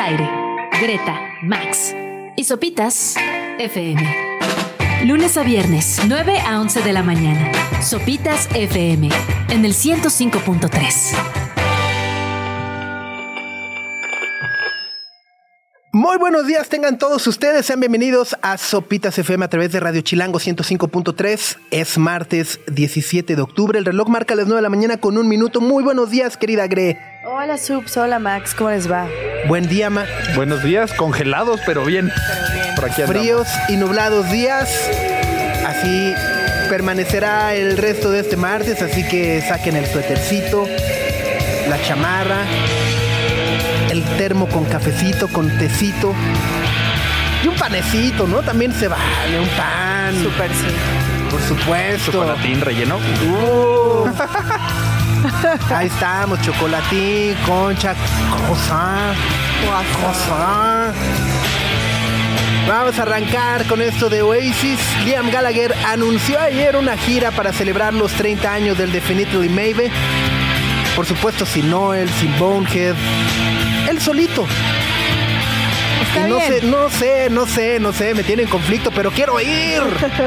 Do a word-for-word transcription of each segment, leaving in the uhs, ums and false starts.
aire, Greta, Max y Sopitas F M. Lunes a viernes, nueve a once de la mañana. Sopitas F M, en el ciento cinco punto tres. Muy buenos días tengan todos ustedes, sean bienvenidos a Sopitas F M a través de Radio Chilango ciento cinco punto tres. Es martes diecisiete de octubre, el reloj marca las nueve de la mañana con un minuto. Muy buenos días, querida Gre. Hola Subs, hola Max, ¿cómo les va? Buen día, Ma. Buenos días, congelados, pero bien. Pero bien. Por aquí andamos. Fríos y nublados días, así permanecerá el resto de este martes, así que saquen el suétercito, la chamarra, el termo con cafecito, con tecito y un panecito, ¿no? También se vale, un pan. Súper sí. Por supuesto. Chocolatín relleno. Uh. Ahí estamos, chocolatín, concha, cosa, cosa. Vamos a arrancar con esto de Oasis. Liam Gallagher anunció ayer una gira para celebrar los treinta años del Definitely Maybe. Por supuesto, sin Noel, sin Bonehead. Él solito. Está y no bien. sé, no sé, no sé, no sé, me tiene en conflicto, pero quiero ir.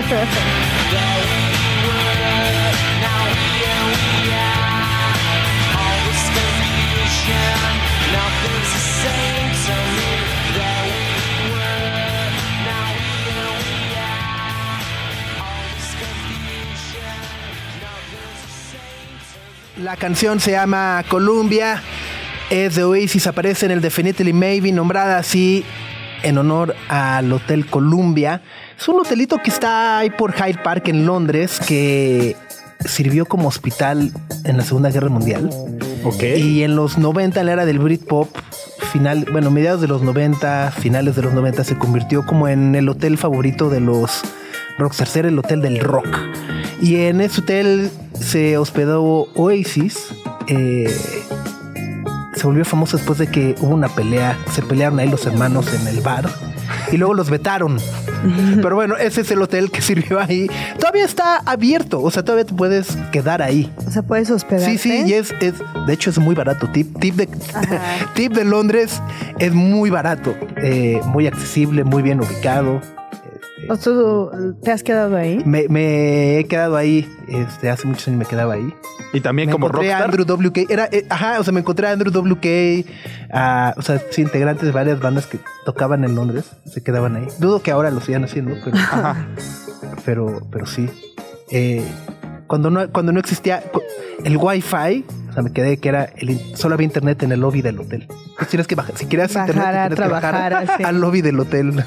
La canción se llama Columbia, es de Oasis, aparece en el Definitely Maybe, nombrada así en honor al Hotel Columbia. Es un hotelito que está ahí por Hyde Park en Londres, que sirvió como hospital en la Segunda Guerra Mundial. Ok. Y en los noventa, en la era del Britpop, final, bueno, mediados de los noventa, finales de los noventa, se convirtió como en el hotel favorito de los rockstars, era el hotel del rock. Y en ese hotel se hospedó Oasis. Eh, se volvió famoso después de que hubo una pelea. Se pelearon ahí los hermanos en el bar y luego los vetaron. Pero bueno, ese es el hotel que sirvió ahí. Todavía está abierto, o sea, todavía te puedes quedar ahí. O sea, ¿puedes hospedarte? Sí, sí, y es, es de hecho es muy barato. Tip, tip, de, tip de Londres es muy barato, eh, muy accesible, muy bien ubicado. ¿O tú te has quedado ahí? Me, me he quedado ahí, este, hace muchos años me quedaba ahí. Y también Me como encontré a rockstar. Andrew W K. Era, eh, ajá, o sea, me encontré a Andrew W K, a, o sea, sí, integrantes de varias bandas que tocaban en Londres, se quedaban ahí. Dudo que ahora lo sigan haciendo, pero, pero, pero sí. Eh, cuando no, cuando no existía el Wi-Fi, o sea, me quedé que era el, solo había internet en el lobby del hotel. Entonces tienes que bajar, si querías Bajar internet, a tienes que bajar trabajar, así. al lobby del hotel.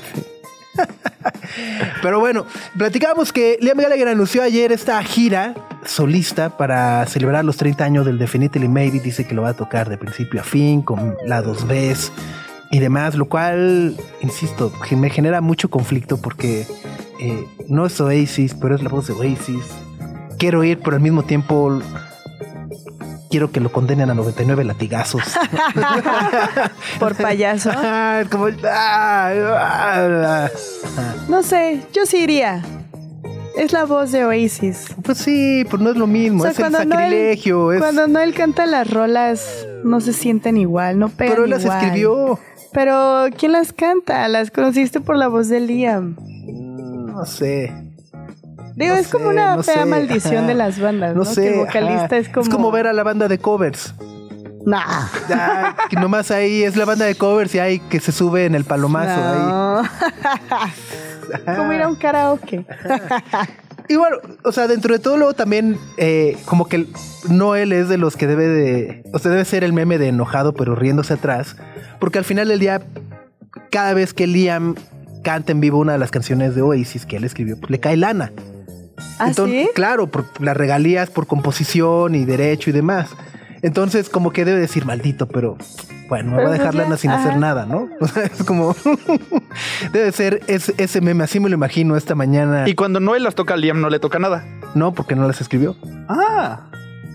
Pero bueno, platicábamos que Liam Gallagher anunció ayer esta gira solista para celebrar los treinta años del Definitely Maybe. Dice que lo va a tocar de principio a fin, con lados B y demás, lo cual, insisto, que me genera mucho conflicto porque eh, no es Oasis, pero es la voz de Oasis. Quiero ir, pero al mismo tiempo quiero que lo condenen a noventa y nueve latigazos. ¿Por payaso? Ah, como, ah, ah, ah. No sé, yo sí iría. Es la voz de Oasis. Pues sí, pues no es lo mismo, O sea, es el cuando sacrilegio. Noel, es... Cuando Noel canta las rolas, no se sienten igual, no pegan Pero él las igual. escribió. Pero, ¿quién las canta? Las conociste por la voz de Liam. No sé. Digo, No es como sé, una no fea sé, maldición ajá. de las bandas, ¿no? No sé. Que el vocalista ajá. es como... Es como ver a la banda de covers. Nah. Ya, que nomás ahí es la banda de covers y hay que se sube en el palomazo No. ahí. Como ir a un karaoke. Y bueno, o sea, dentro de todo luego también eh, como que Noel es de los que debe de... O sea, debe ser el meme de enojado pero riéndose atrás. Porque al final del día, cada vez que Liam canta en vivo una de las canciones de Oasis que él escribió, pues le cae lana. ¿Ah, Entonces, sí? claro, por las regalías por composición y derecho y demás. Entonces, como que debe decir maldito, pero bueno, me Pero voy a dejar pues ya, lana sin ajá. hacer nada, ¿no? O sea, es como... debe ser ese, ese meme, así me lo imagino esta mañana. Y cuando Noel las toca a Liam no le toca nada. No, porque no las escribió. Ah.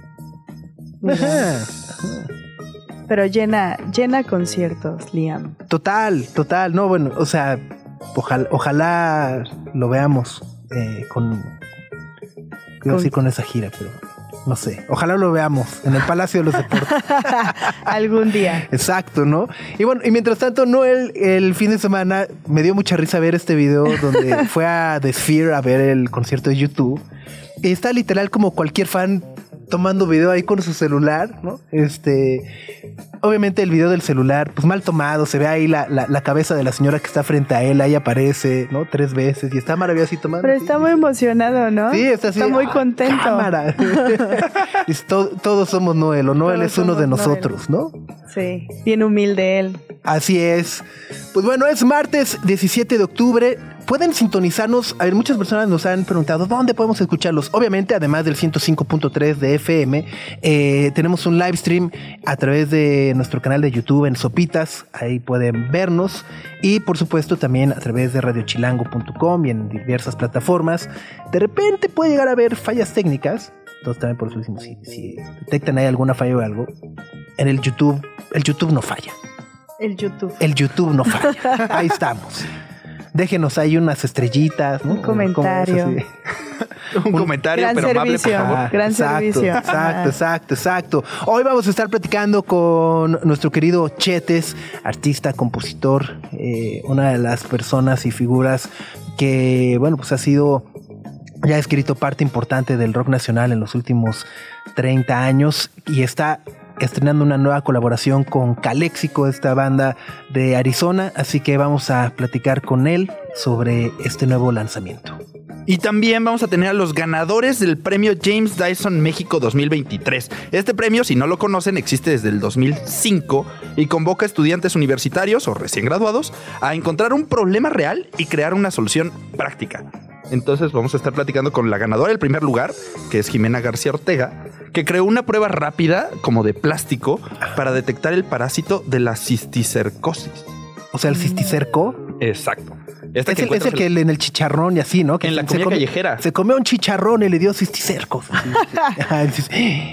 Ajá. Pero llena, llena conciertos, Liam. Total, total. No, bueno, o sea, ojalá, ojalá lo veamos eh, con... Iba a decir con esa gira, pero no sé, ojalá lo veamos en el Palacio de los Deportes. Algún día. Exacto, ¿no? Y bueno, y mientras tanto, Noel, el fin de semana me dio mucha risa ver este video donde fue a The Sphere a ver el concierto de YouTube. Y está literal como cualquier fan tomando video ahí con su celular, ¿no? Este, obviamente el video del celular, pues mal tomado, se ve ahí la, la, la cabeza de la señora que está frente a él, ahí aparece, ¿no? Tres veces y está maravilloso y tomando. Pero está así. muy emocionado, ¿no? Sí, está así. Está muy ¡ah, contento. cámara! Es to- todos somos Noel, o Noel Todos es uno de somos nosotros, Noel. ¿no? Sí, bien humilde él. Así es. Pues bueno, es martes diecisiete de octubre. Pueden sintonizarnos. A ver, muchas personas nos han preguntado dónde podemos escucharlos. Obviamente, además del ciento cinco punto tres de F M, eh, tenemos un live stream a través de nuestro canal de YouTube en Sopitas. Ahí pueden vernos. Y por supuesto, también a través de radio chilango punto com y en diversas plataformas. De repente puede llegar a haber fallas técnicas. Entonces, también por eso decimos: si, si detectan ahí alguna falla o algo, en el YouTube, el YouTube no falla. El YouTube. El YouTube no falla. Ahí estamos. Déjenos ahí unas estrellitas, ¿no? Un comentario. Un comentario, gran pero amable, por servicio. favor. Ah, Gran exacto, servicio. Exacto, Ajá. exacto, exacto. Hoy vamos a estar platicando con nuestro querido Chetes, artista, compositor, eh, una de las personas y figuras que, bueno, pues ha sido, ya ha escrito parte importante del rock nacional en los últimos treinta años y está estrenando una nueva colaboración con Calexico, esta banda de Arizona, así que vamos a platicar con él sobre este nuevo lanzamiento. Y también vamos a tener a los ganadores del premio James Dyson México dos mil veintitrés. Este premio, si no lo conocen, existe desde el dos mil cinco y convoca a estudiantes universitarios o recién graduados a encontrar un problema real y crear una solución práctica. Entonces vamos a estar platicando con la ganadora del primer lugar, que es Jimena García Ortega, que creó una prueba rápida, como de plástico, para detectar el parásito de la cisticercosis. O sea, el cisticerco. Exacto. Esta Es que el, es el que en el chicharrón y así, ¿no? Que En la se comida come- callejera. Se comió un chicharrón y le dio cisticercos. Ajá, dices,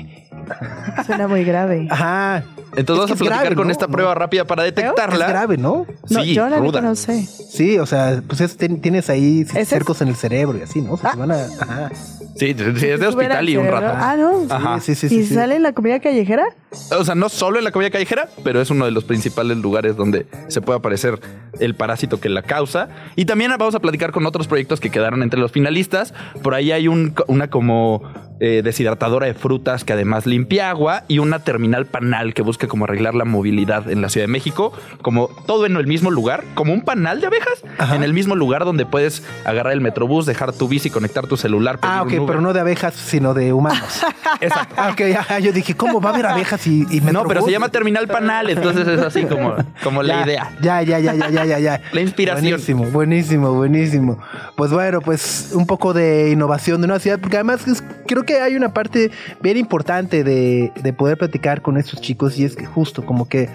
Suena muy grave. ajá. Entonces Es vamos que a es platicar grave, con ¿no? esta No. prueba rápida para Es detectarla. grave, ¿no? No, Sí, yo la ruda. neta no sé. Sí, o sea, pues es- ten- tienes ahí ¿Ese cercos en el cerebro y así, ¿no? Se te van a... Ajá. Sí, sí, es de Sube hospital al y un cerebro. rato. Ah, no. Ajá. Sí, sí, sí. ¿Y sí, sí. sale en la comida callejera? O sea, no solo en la comida callejera, pero es uno de los principales lugares donde se puede aparecer el parásito que la causa. Y también vamos a platicar con otros proyectos que quedaron entre los finalistas. Por ahí hay un, una como eh, deshidratadora de frutas que además limpia agua y una terminal panal que busca como arreglar la movilidad en la Ciudad de México, como todo en el mismo lugar, como un panal de abejas, Ajá. en el mismo lugar donde puedes agarrar el metrobús, dejar tu bici, conectar tu celular. pedir Ah, un ok, Uber. pero no de abejas, sino de humanos. Exacto. Ah, ok, ajá, yo dije, ¿cómo va a haber abejas y, y No, pero Metrobús? se llama terminal panal, entonces es así como, como la Ya, idea. Ya, ya, ya, ya, ya, ya, ya. La inspiración. Buenísimo, buenísimo, buenísimo. Pues bueno, pues un poco de innovación de una ciudad, porque además es- creo que hay una parte bien importante de, de poder platicar con estos chicos y es que justo como que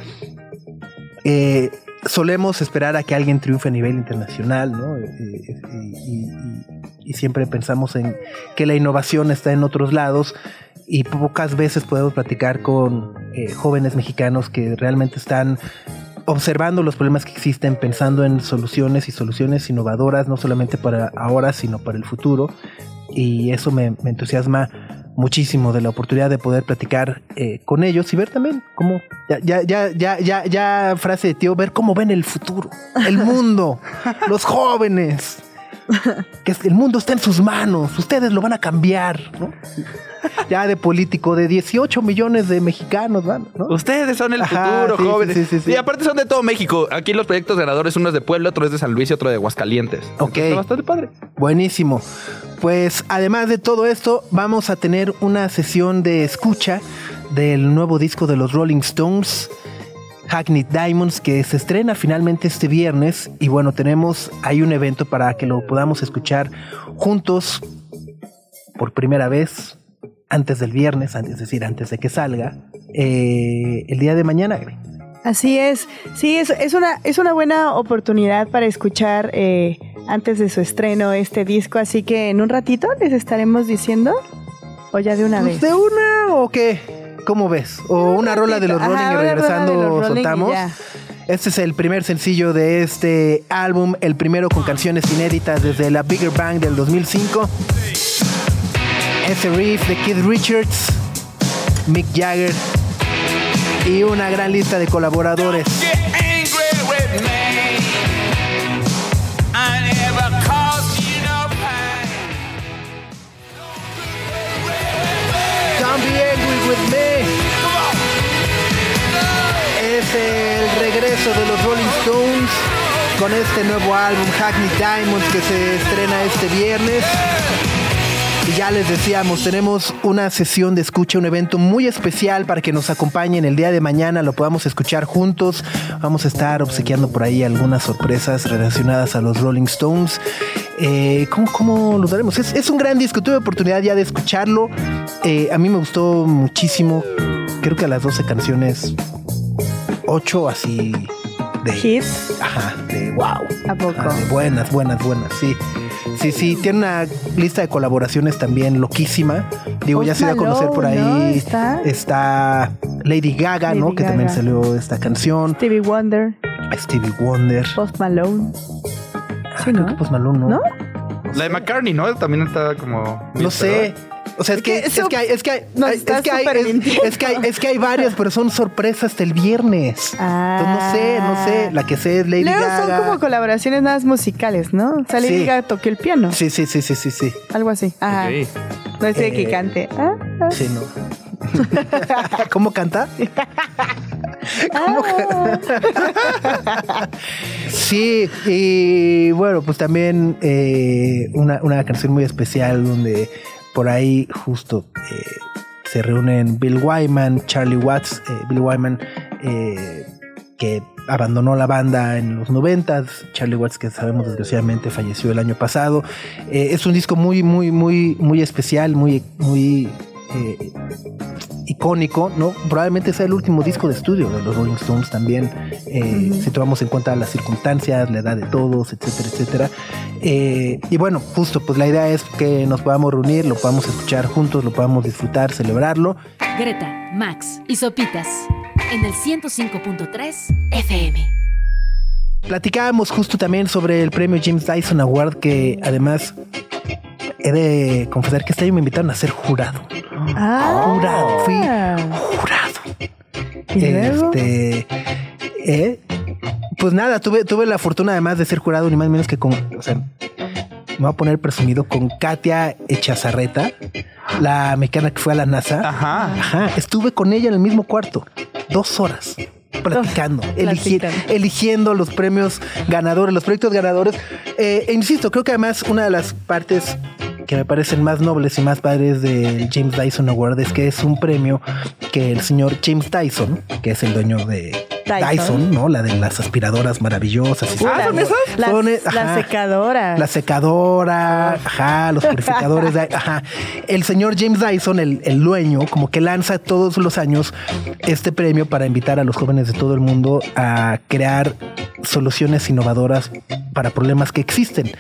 eh, solemos esperar a que alguien triunfe a nivel internacional, ¿no? Eh, eh, y, y- y siempre pensamos en que la innovación está en otros lados y pocas veces podemos platicar con eh, jóvenes mexicanos que realmente están observando los problemas que existen, pensando en soluciones y soluciones innovadoras, no solamente para ahora, sino para el futuro. Y eso me, me entusiasma muchísimo de la oportunidad de poder platicar eh, con ellos y ver también cómo, ya, ya, ya, ya, ya, ya frase de tío, ver cómo ven el futuro, el mundo, los jóvenes. Que el mundo está en sus manos, ustedes lo van a cambiar, ¿no? Ya de político, de dieciocho millones de mexicanos, van, ¿no? Ustedes son el Ajá, futuro, sí, jóvenes. sí, sí, sí. Y aparte son de todo México. Aquí los proyectos ganadores, uno es de Puebla, otro es de San Luis y otro de Aguascalientes. Ok. Entonces, está bastante padre. Buenísimo. Pues además de todo esto, vamos a tener una sesión de escucha del nuevo disco de los Rolling Stones, Hackney Diamonds, que se estrena finalmente este viernes. Y bueno, tenemos ahí un evento para que lo podamos escuchar juntos por primera vez antes del viernes, antes, es decir, antes de que salga, eh, el día de mañana. Así es. Sí, es, es, una, es una buena oportunidad para escuchar eh, antes de su estreno este disco. Así que en un ratito les estaremos diciendo, o ya de una Pues, vez. ¿de una o qué? ¿Cómo ves? O una rola de los Ajá, Rolling y una rola de regresando los Rolling y soltamos. ya. Este es el primer sencillo de este álbum, el primero con canciones inéditas desde la Bigger Bang del dos mil cinco. ese riff de Keith Richards, Mick Jagger y una gran lista de colaboradores. Don't be angry with me. Es el regreso de los Rolling Stones con este nuevo álbum Hackney Diamonds que se estrena este viernes. Y ya les decíamos, tenemos una sesión de escucha, un evento muy especial para que nos acompañen el día de mañana, lo podamos escuchar juntos. Vamos a estar obsequiando por ahí algunas sorpresas relacionadas a los Rolling Stones. Eh, ¿cómo, ¿Cómo los daremos? Es, es un gran disco, tuve oportunidad ya de escucharlo. Eh, a mí me gustó muchísimo. Creo que a las doce canciones, ocho así de... ¿Hits? Ajá, de wow. ¿A poco? Ajá, de buenas, buenas, buenas, sí. Sí, sí, tiene una lista de colaboraciones también loquísima. Digo, Post ya se dio a conocer por ahí. Malone, ¿no? ¿Está? Está Lady Gaga, Lady ¿no? Que Gaga. también salió esta canción. Stevie Wonder, Stevie Wonder. Post Malone. Ah, Sí, creo ¿no? que Post Malone, ¿no? ¿No? La de McCartney, ¿no? También está como... No sé. O sea, es que, Es que es eso que hay, es que hay, nos hay- está es que hay, súper es, mintiendo. es que hay, es que hay varias, pero son sorpresas hasta el viernes. Ah. Entonces, no sé, no sé. La que sé es Lady Luego Gaga. son como colaboraciones más musicales, ¿no? O sea, Lady Sí. Gaga toqué el piano. Sí, sí, sí, sí, sí, sí. Algo así. Ajá. Ok. No es de que Eh, cante. Ah, ah, Sí, no. ¿Cómo canta? ¿Cómo ah. Sí, y bueno, pues también eh, una, una canción muy especial donde por ahí justo eh, se reúnen Bill Wyman, Charlie Watts, eh, Bill Wyman eh, que abandonó la banda en los noventas, Charlie Watts que sabemos desgraciadamente falleció el año pasado. Eh, es un disco muy, muy, muy, muy especial, muy, muy eh, icónico, ¿no? Probablemente sea el último disco de estudio de los Rolling Stones también, eh, Ujú. si tomamos en cuenta las circunstancias, la edad de todos, etcétera, etcétera. Eh, y bueno, justo, pues la idea es que nos podamos reunir, lo podamos escuchar juntos, lo podamos disfrutar, celebrarlo. Greta, Max y Sopitas en el ciento cinco punto tres F M. Platicábamos justo también sobre el premio James Dyson Award, que además he de confesar que este año me invitaron a ser jurado. Ah. Jurado, fui jurado. ¿Y luego? Este, eh, pues nada, tuve, tuve la fortuna además de ser jurado ni más ni menos que con, o sea, me voy a poner presumido con Katia Echazarreta, la mexicana que fue a la NASA. Ajá. Ajá, estuve con ella en el mismo cuarto, dos horas, platicando, eligi- platicando. eligiendo los premios ganadores, los proyectos ganadores. Eh, e insisto, creo que además una de las partes que me parecen más nobles y más padres del James Dyson Award es que es un premio que el señor James Dyson, que es el dueño de Dyson, Dyson. ¿no? La de las aspiradoras maravillosas. y Ah, ¿son esas? Las, Son, eh, las ajá. secadoras. La secadora, ajá, los purificadores de, ajá. El señor James Dyson, el, el dueño, como que lanza todos los años este premio para invitar a los jóvenes de todo el mundo a crear soluciones innovadoras para problemas que existen.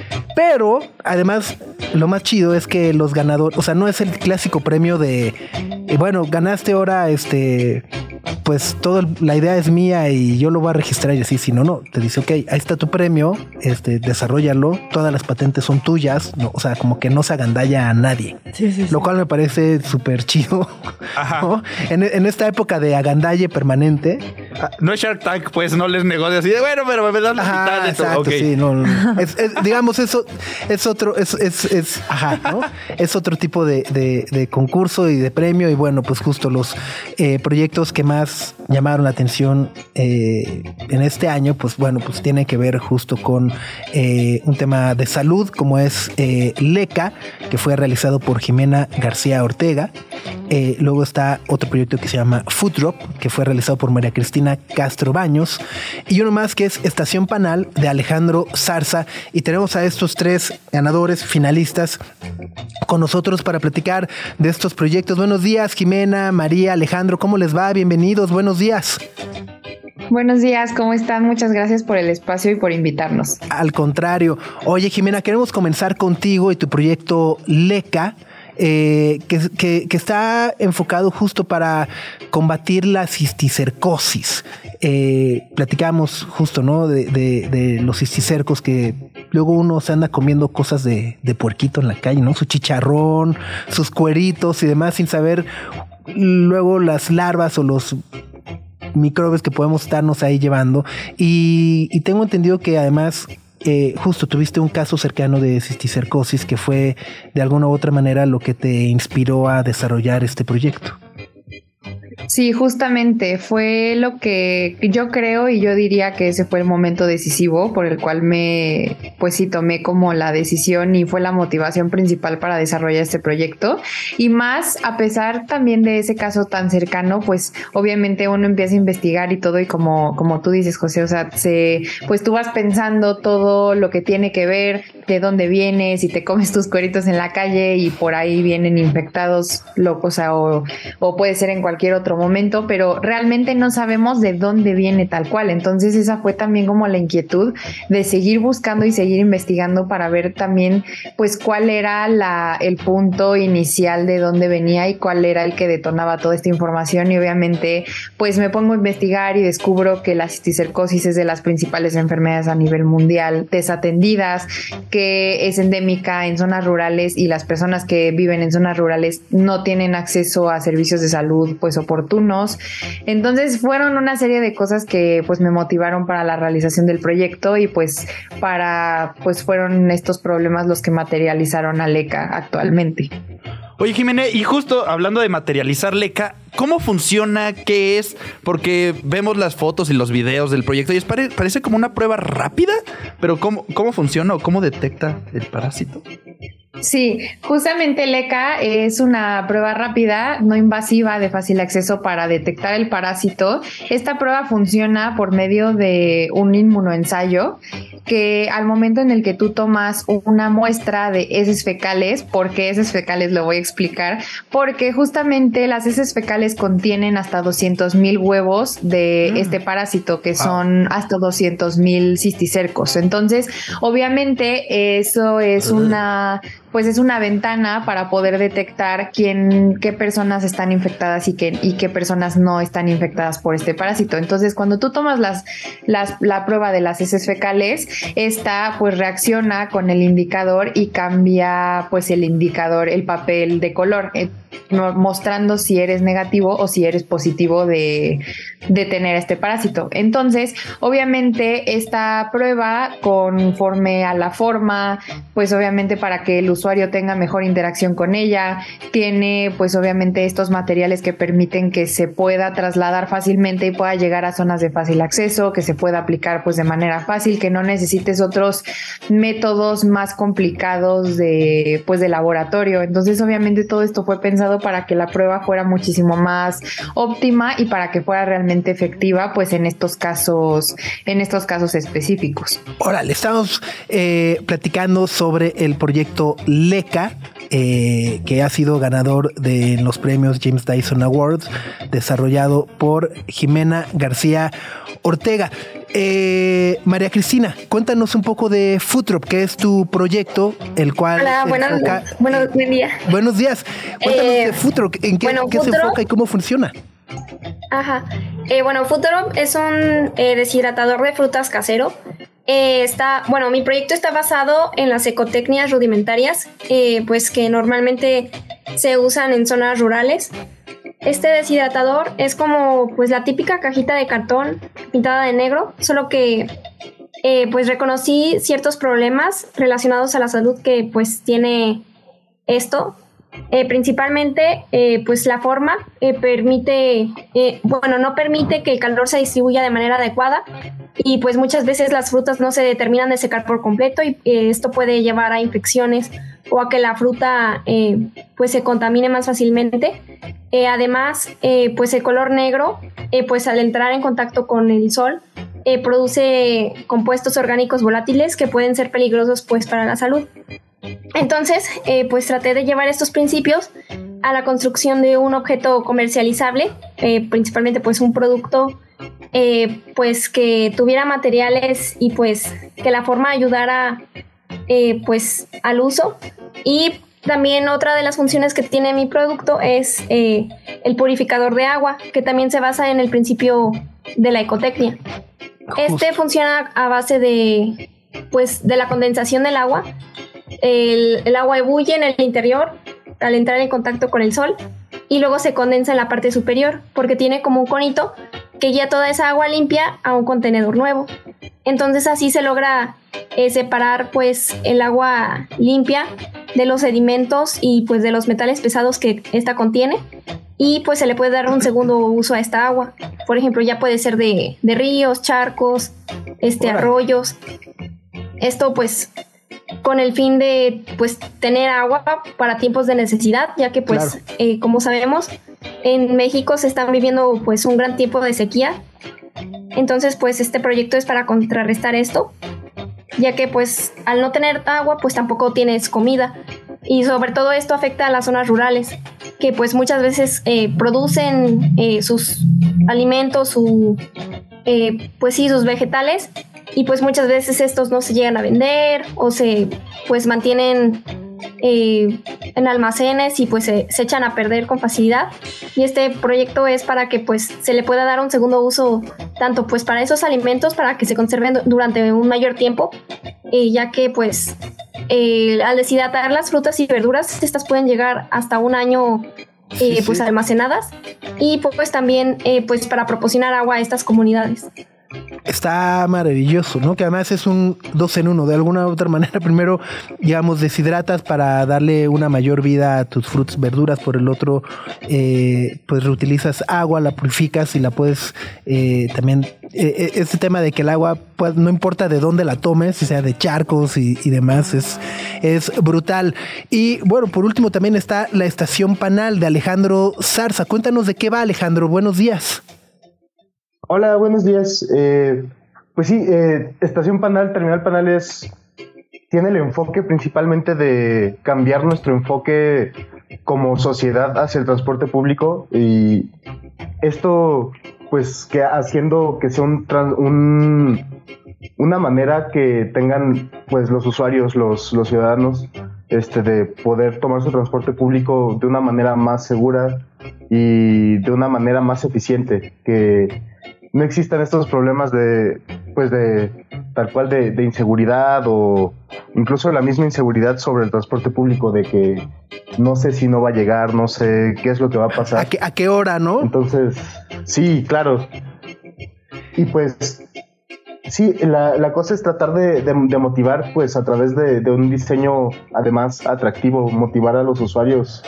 Pero, además, lo más chido es que los ganadores, o sea, no es el clásico premio de, eh, bueno, ganaste ahora, este, pues todo el- la idea es mía y yo lo voy a registrar y así, si no, no, te dice, ok, ahí está tu premio, este, desarróllalo, todas las patentes son tuyas, no, o sea, como que no se agandalla a nadie. Sí, sí, sí. Lo cual me parece súper chido. Ajá. ¿No? En, en esta época de agandalle permanente. Ah, no es Shark Tank, pues no les negocia así de bueno, pero me das la mitad Ajá, de todo. exacto, Ok. sí, no, no, no. Es, es- digamos, eso es otro, es, es, es, ajá, ¿no? Es otro tipo de, de- de concurso y de premio. Y bueno, pues justo los eh, proyectos que más llamaron la atención eh, en este año, pues bueno, pues tiene que ver justo con eh, un tema de salud, como es eh, LECA, que fue realizado por Jimena García Ortega. Eh, luego está otro proyecto que se llama Food Drop, que fue realizado por María Cristina Castro Baños. Y uno más que es Estación Panal, de Alejandro Zarza. Y tenemos a estos tres ganadores finalistas con nosotros para platicar de estos proyectos. Buenos días, Jimena, María, Alejandro. ¿Cómo les va? Bienvenidos. Buenos días. Buenos días, ¿cómo están? Muchas gracias por el espacio y por invitarnos. Al contrario. Oye, Jimena, queremos comenzar contigo y tu proyecto LECA. Eh, que, que, que está enfocado justo para combatir la cisticercosis. Eh, platicamos justo, ¿no? De, de, de los cisticercos que luego uno se anda comiendo cosas de, de puerquito en la calle, ¿no? Su chicharrón, sus cueritos y demás, sin saber luego las larvas o los microbios que podemos estarnos ahí llevando. Y, y tengo entendido que además eh, justo tuviste un caso cercano de cisticercosis que fue de alguna u otra manera lo que te inspiró a desarrollar este proyecto. Sí, justamente fue lo que yo creo y yo diría que ese fue el momento decisivo por el cual me, pues sí, tomé como la decisión y fue la motivación principal para desarrollar este proyecto. Y más, a pesar también de ese caso tan cercano, pues obviamente uno empieza a investigar y todo y como, como tú dices, José, o sea, se, pues tú vas pensando todo lo que tiene que ver, de dónde vienes, si te comes tus cueritos en la calle y por ahí vienen infectados, lo, o sea, o, o puede ser en cualquier otro momento, pero realmente no sabemos de dónde viene tal cual. Entonces esa fue también como la inquietud de seguir buscando y seguir investigando para ver también pues cuál era la, el punto inicial de dónde venía y cuál era el que detonaba toda esta información. Y obviamente pues me pongo a investigar y descubro que la cisticercosis es de las principales enfermedades a nivel mundial desatendidas, que es endémica en zonas rurales y las personas que viven en zonas rurales no tienen acceso a servicios de salud pues oportunos. Entonces fueron una serie de cosas que pues me motivaron para la realización del proyecto y pues para pues fueron estos problemas los que materializaron a LECA actualmente. Oye, Jimena, y justo hablando de materializar LECA, ¿cómo funciona? ¿Qué es? Porque vemos las fotos y los videos del proyecto y es pare- parece como una prueba rápida, pero ¿cómo, cómo funciona o cómo detecta el parásito? Sí, justamente LECA es una prueba rápida, no invasiva, de fácil acceso para detectar el parásito. Esta prueba funciona por medio de un inmunoensayo que al momento en el que tú tomas una muestra de heces fecales, ¿por qué heces fecales? Lo voy a explicar, porque justamente las heces fecales contienen hasta doscientos mil huevos de mm. este parásito, que son hasta doscientos mil cisticercos. Entonces, obviamente, eso es una... pues es una ventana para poder detectar quién, qué personas están infectadas y qué, y qué personas no están infectadas por este parásito. Entonces, cuando tú tomas las, las, la prueba de las heces fecales, esta pues reacciona con el indicador y cambia pues el indicador, el papel de color, eh, mostrando si eres negativo o si eres positivo de, de tener este parásito. Entonces, obviamente, esta prueba, conforme a la forma, pues obviamente para que el usuario tenga mejor interacción con ella, tiene pues obviamente estos materiales que permiten que se pueda trasladar fácilmente y pueda llegar a zonas de fácil acceso, que se pueda aplicar pues de manera fácil, que no necesites otros métodos más complicados de pues de laboratorio. Entonces obviamente todo esto fue pensado para que la prueba fuera muchísimo más óptima y para que fuera realmente efectiva pues en estos casos, en estos casos específicos. Órale, estamos eh, platicando sobre el proyecto LECA, eh, que ha sido ganador de los premios James Dyson Awards, desarrollado por Jimena García Ortega. Eh, María Cristina, cuéntanos un poco de Foodrop, que es tu proyecto, el cual... Hola, buenos, enfoca... buenos, buen día. Buenos días. Cuéntanos eh, de Foodrop, ¿en qué, bueno, qué Foodrop, se enfoca y cómo funciona? Ajá. Eh, bueno, Foodrop es un eh, deshidratador de frutas casero. Eh, está, bueno, mi proyecto está basado en las ecotecnias rudimentarias, eh, pues que normalmente se usan en zonas rurales. Este deshidratador es como pues la típica cajita de cartón pintada de negro, solo que eh, pues reconocí ciertos problemas relacionados a la salud que pues tiene esto. Eh, principalmente eh, pues la forma eh, permite, eh, bueno, no permite que el calor se distribuya de manera adecuada y pues muchas veces las frutas no se terminan de secar por completo y eh, esto puede llevar a infecciones o a que la fruta eh, pues se contamine más fácilmente. Eh, además, eh, pues el color negro, eh, pues al entrar en contacto con el sol, eh, produce compuestos orgánicos volátiles que pueden ser peligrosos pues para la salud. Entonces, eh, pues traté de llevar estos principios a la construcción de un objeto comercializable, eh, principalmente pues un producto eh, pues que tuviera materiales y pues que la forma ayudara eh, pues al uso. Y también otra de las funciones que tiene mi producto es eh, el purificador de agua, que también se basa en el principio de la ecotecnia. Este funciona a base de pues de la condensación del agua. El, el agua ebulle en el interior al entrar en contacto con el sol y luego se condensa en la parte superior porque tiene como un conito que guía toda esa agua limpia a un contenedor nuevo. Entonces así se logra eh, separar pues el agua limpia de los sedimentos y pues de los metales pesados que esta contiene, y pues se le puede dar un segundo uso a esta agua. Por ejemplo, ya puede ser de, de ríos, charcos, este, arroyos. Esto pues con el fin de pues tener agua para tiempos de necesidad, ya que pues claro. eh, como sabemos en México se están viviendo pues un gran tiempo de sequía. Entonces pues este proyecto es para contrarrestar esto, ya que pues al no tener agua pues tampoco tienes comida, y sobre todo esto afecta a las zonas rurales que pues muchas veces eh, producen eh, sus alimentos, su, eh, pues sí, sus vegetales, y pues muchas veces estos no se llegan a vender o se pues mantienen eh, en almacenes y pues se, se echan a perder con facilidad. Y este proyecto es para que pues se le pueda dar un segundo uso tanto pues para esos alimentos, para que se conserven durante un mayor tiempo, eh, ya que pues eh, al deshidratar las frutas y verduras, estas pueden llegar hasta un año eh, sí, pues sí. almacenadas, y pues también eh, pues para proporcionar agua a estas comunidades. Está maravilloso, ¿no? Que además es un dos en uno. De alguna u otra manera, primero, digamos, deshidratas para darle una mayor vida a tus frutas, verduras. Por el otro, eh, pues reutilizas agua, la purificas y la puedes eh, también... Eh, este tema de que el agua, pues no importa de dónde la tomes, si sea de charcos y, y demás, es, es brutal. Y bueno, por último también está la Estación Panal de Alejandro Zarza. Cuéntanos de qué va, Alejandro. Buenos días. Hola, buenos días. Eh, pues sí, eh, Estación Panal, Terminal Panal es, tiene el enfoque principalmente de cambiar nuestro enfoque como sociedad hacia el transporte público, y esto pues que haciendo que sea un, un una manera que tengan pues los usuarios, los, los ciudadanos, este, de poder tomar su transporte público de una manera más segura y de una manera más eficiente, que no existan estos problemas de, pues de, tal cual de, de inseguridad, o incluso la misma inseguridad sobre el transporte público, de que no sé si no va a llegar, no sé qué es lo que va a pasar. ¿A qué, a qué hora, no? Entonces, sí, claro. Y pues, sí, la, la cosa es tratar de, de, de motivar, pues a través de, de un diseño además atractivo, motivar a los usuarios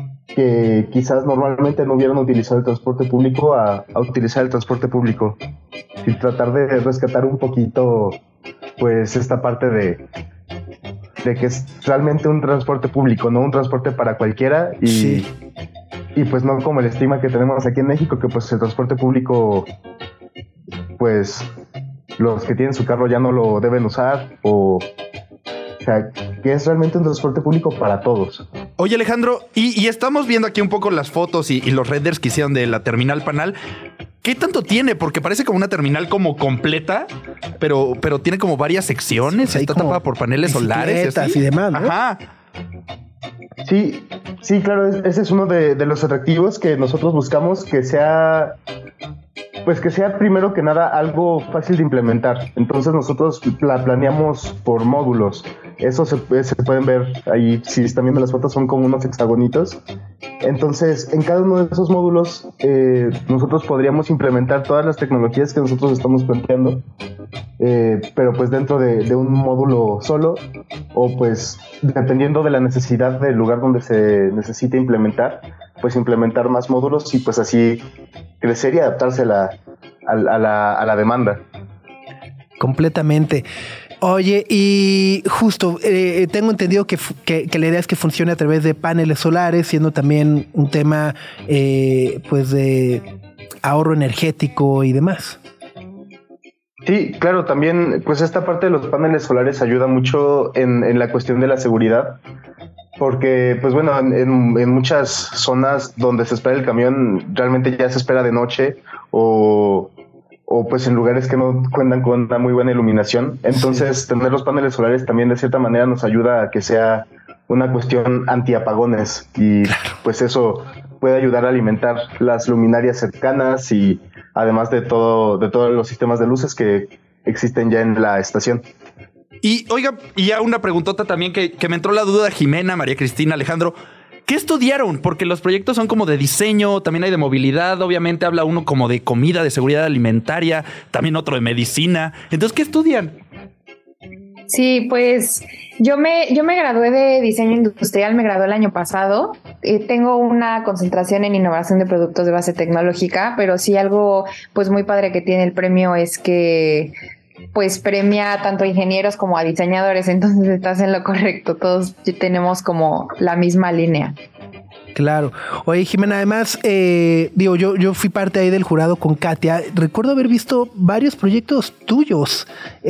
que quizás normalmente no hubieran utilizado el transporte público a, a utilizar el transporte público, y tratar de rescatar un poquito pues esta parte de, de que es realmente un transporte público, no un transporte para cualquiera, y, sí. y pues no como el estigma que tenemos aquí en México, que pues el transporte público, pues los que tienen su carro ya no lo deben usar, o O sea, que es realmente un transporte público para todos. Oye, Alejandro, y, y estamos viendo aquí un poco las fotos y, y los renders que hicieron de la Terminal Panal. ¿Qué tanto tiene? Porque parece como una terminal como completa, pero, pero tiene como varias secciones. Sí, está tapada por paneles solares y, así. y demás, ¿no? Ajá. Sí, sí, claro, ese es uno de, de los atractivos que nosotros buscamos, que sea... Pues que sea primero que nada algo fácil de implementar. Entonces nosotros la planeamos por módulos. Eso se, se pueden ver ahí, si están viendo las fotos, son como unos hexagonitos. Entonces en cada uno de esos módulos eh, nosotros podríamos implementar todas las tecnologías que nosotros estamos planteando, eh, pero pues dentro de, de un módulo solo, o pues dependiendo de la necesidad del lugar donde se necesite implementar, pues implementar más módulos, y pues así crecer y adaptarse a la, a, a la, a la demanda. Completamente. Oye, y justo, eh, tengo entendido que, que, que la idea es que funcione a través de paneles solares, siendo también un tema eh, pues de ahorro energético y demás. Sí, claro, también pues esta parte de los paneles solares ayuda mucho en, en la cuestión de la seguridad, porque pues bueno, en, en muchas zonas donde se espera el camión realmente ya se espera de noche, o, o pues en lugares que no cuentan con una muy buena iluminación. Entonces sí, tener los paneles solares también de cierta manera nos ayuda a que sea una cuestión antiapagones, y claro, pues eso puede ayudar a alimentar las luminarias cercanas, y además de todo, de todos los sistemas de luces que existen ya en la estación. Y oiga, y ya una preguntota también que, que me entró la duda, Jimena, María Cristina, Alejandro. ¿Qué estudiaron? Porque los proyectos son como de diseño, también hay de movilidad, obviamente habla uno como de comida, de seguridad alimentaria, también otro de medicina. Entonces, ¿qué estudian? Sí, pues yo me, yo me gradué de diseño industrial, me gradué el año pasado. Eh, tengo una concentración en innovación de productos de base tecnológica, pero sí algo pues muy padre que tiene el premio es que pues premia tanto a ingenieros como a diseñadores, entonces estás en lo correcto, todos tenemos como la misma línea. Claro. Oye, Jimena, además, eh, digo, yo, yo fui parte ahí del jurado con Katia. Recuerdo haber visto varios proyectos tuyos.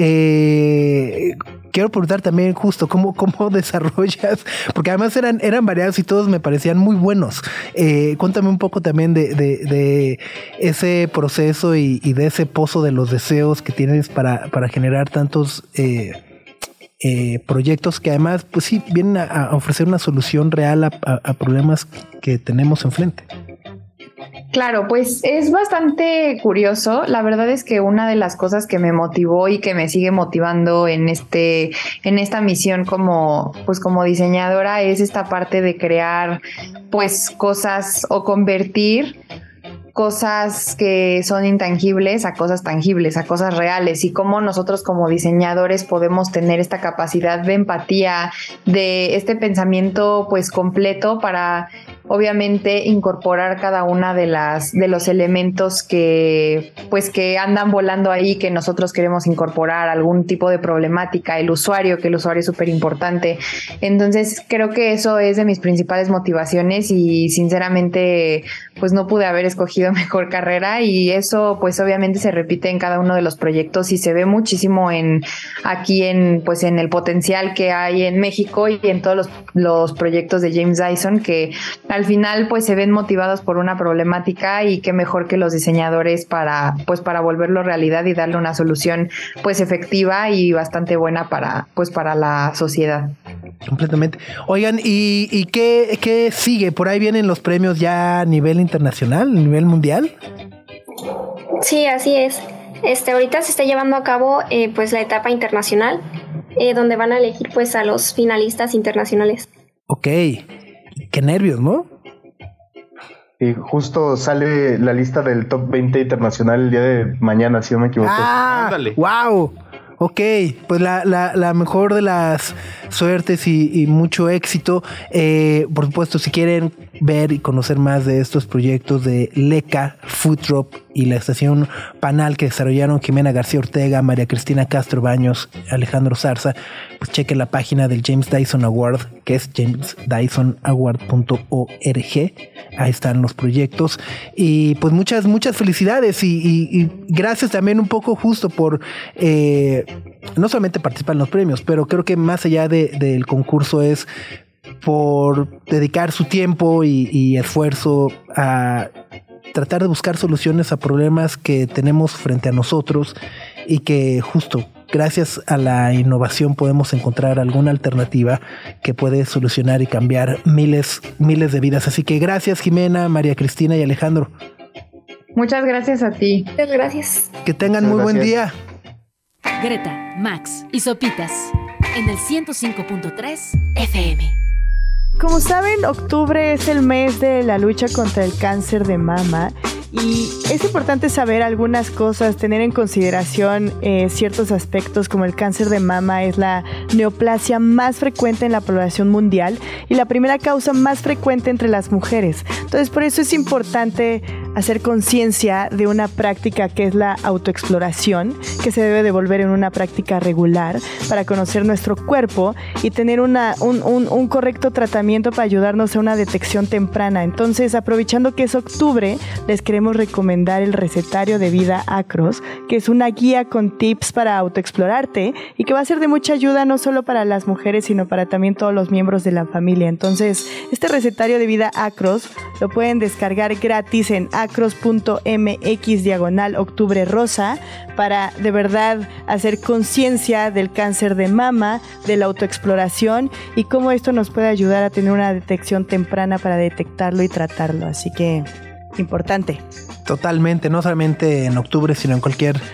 Eh, quiero preguntar también justo cómo, cómo desarrollas, porque además eran, eran variados y todos me parecían muy buenos. Eh, cuéntame un poco también de, de, de ese proceso y, y de ese pozo de los deseos que tienes para, para generar tantos eh, Eh, proyectos que además, pues sí, vienen a, a ofrecer una solución real a, a, a problemas que tenemos enfrente. Claro, pues es bastante curioso. La verdad es que una de las cosas que me motivó y que me sigue motivando en este, en esta misión como, pues como diseñadora es esta parte de crear, pues cosas o convertir cosas que son intangibles a cosas tangibles, a cosas reales, y cómo nosotros como diseñadores podemos tener esta capacidad de empatía, de este pensamiento pues completo para obviamente incorporar cada una de las de los elementos que pues que andan volando ahí, que nosotros queremos incorporar, algún tipo de problemática, el usuario, que el usuario es súper importante. Entonces creo que eso es de mis principales motivaciones y sinceramente pues no pude haber escogido mejor carrera, y eso pues obviamente se repite en cada uno de los proyectos y se ve muchísimo en aquí en pues en el potencial que hay en México y en todos los, los proyectos de James Dyson, que al final pues se ven motivados por una problemática, y qué mejor que los diseñadores para pues para volverlo realidad y darle una solución pues efectiva y bastante buena para pues para la sociedad. Completamente. Oigan, ¿y, y qué, qué sigue? ¿Por ahí vienen los premios ya a nivel internacional, a nivel mundial? Sí, así es. Este, ahorita se está llevando a cabo eh, pues la etapa internacional, eh, donde van a elegir pues a los finalistas internacionales. Ok. Qué nervios, ¿no? Y justo sale la lista del top veinte internacional el día de mañana, si no me equivoco. ¡Ah! Ándale. ¡Wow! Ok, pues la, la, la mejor de las suertes y, y mucho éxito. Eh, por supuesto, si quieren ver y conocer más de estos proyectos de LECA, Food Drop y la estación Panal que desarrollaron Jimena García Ortega, María Cristina Castro Baños, Alejandro Zarza, pues chequen la página del James Dyson Award, que es james dyson award punto org. Ahí están los proyectos. Y pues muchas, muchas felicidades y, y, y gracias también un poco justo por eh, no solamente participar en los premios, pero creo que más allá de, del concurso es por dedicar su tiempo y, y esfuerzo a tratar de buscar soluciones a problemas que tenemos frente a nosotros, y que justo gracias a la innovación podemos encontrar alguna alternativa que puede solucionar y cambiar miles, miles de vidas. Así que gracias, Jimena, María Cristina y Alejandro. Muchas gracias a ti. Muchas gracias. Que tengan Muchas muy gracias. buen día. Greta, Max y Sopitas en el ciento cinco punto tres F M. Como saben, octubre es el mes de la lucha contra el cáncer de mama, y es importante saber algunas cosas, tener en consideración eh, ciertos aspectos, como el cáncer de mama es la neoplasia más frecuente en la población mundial y la primera causa más frecuente entre las mujeres. Entonces, por eso es importante hacer conciencia de una práctica que es la autoexploración, que se debe de volver en una práctica regular para conocer nuestro cuerpo y tener una, un, un, un correcto tratamiento para ayudarnos a una detección temprana. Entonces, aprovechando que es octubre, les queremos recomendar el recetario de vida Acros, que es una guía con tips para autoexplorarte y que va a ser de mucha ayuda no solo para las mujeres, sino para también todos los miembros de la familia. Entonces, este recetario de vida Acros lo pueden descargar gratis en acros punto m x diagonal octubre rosa para de verdad hacer conciencia del cáncer de mama, de la autoexploración y cómo esto nos puede ayudar a tener una detección temprana para detectarlo y tratarlo. Así que, importante. Totalmente, no solamente en octubre, sino en cualquier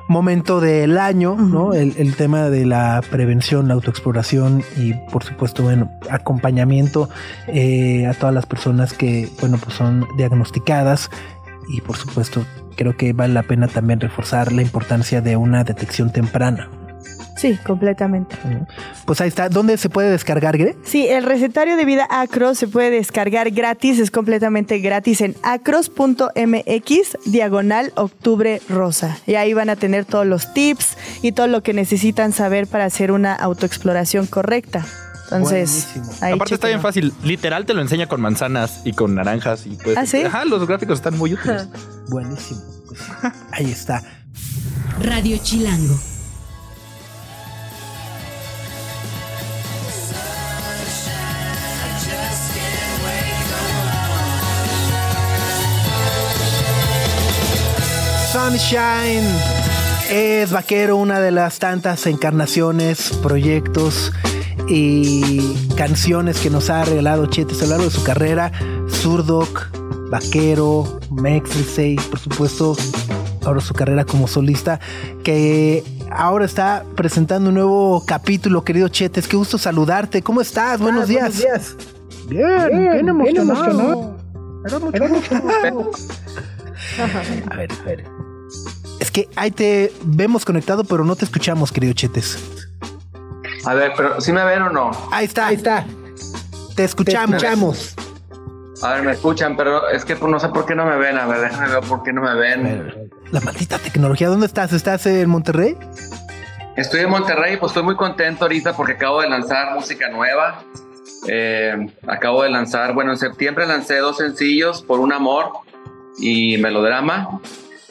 momento del año, ¿no? El, el tema de la prevención, la autoexploración y por supuesto, bueno, acompañamiento eh, a todas las personas que, bueno, pues son diagnosticadas y por supuesto creo que vale la pena también reforzar la importancia de una detección temprana. Sí, completamente. Pues ahí está. ¿Dónde se puede descargar, Gre? Sí, el recetario de vida Acros se puede descargar gratis, es completamente gratis en acros.mx diagonal octubre rosa. Y ahí van a tener todos los tips y todo lo que necesitan saber para hacer una autoexploración correcta. Entonces, ahí aparte está bien fácil. Literal te lo enseña con manzanas y con naranjas. Y pues, ¿ah, sí? Ajá, los gráficos están muy útiles. Buenísimo. Pues, ahí está. Radio Chilango. Sunshine es Vaquero, una de las tantas encarnaciones, proyectos y canciones que nos ha regalado Chetes a lo largo de su carrera. Zurdok, Vaquero, Mexrisei, por supuesto, ahora su carrera como solista, que ahora está presentando un nuevo capítulo, querido Chetes. Qué gusto saludarte. ¿Cómo estás? Buenos, ah, días. buenos días. Bien, bien, bien emocionado. Era mucho, Era mucho A ver, a ver. Es que ahí te vemos conectado, pero no te escuchamos, querido Chetes. A ver, pero ¿sí me ven o no? Ahí está. Ahí está. Te escuchamos. Te escuchamos. A ver, me escuchan, pero es que no sé por qué no me ven. A ver, déjame ver por qué no me ven. La maldita tecnología. ¿Dónde estás? ¿Estás en Monterrey? Estoy en Monterrey, pues estoy muy contento ahorita porque acabo de lanzar música nueva. Eh, acabo de lanzar, bueno, en septiembre lancé dos sencillos, Por un amor y Melodrama,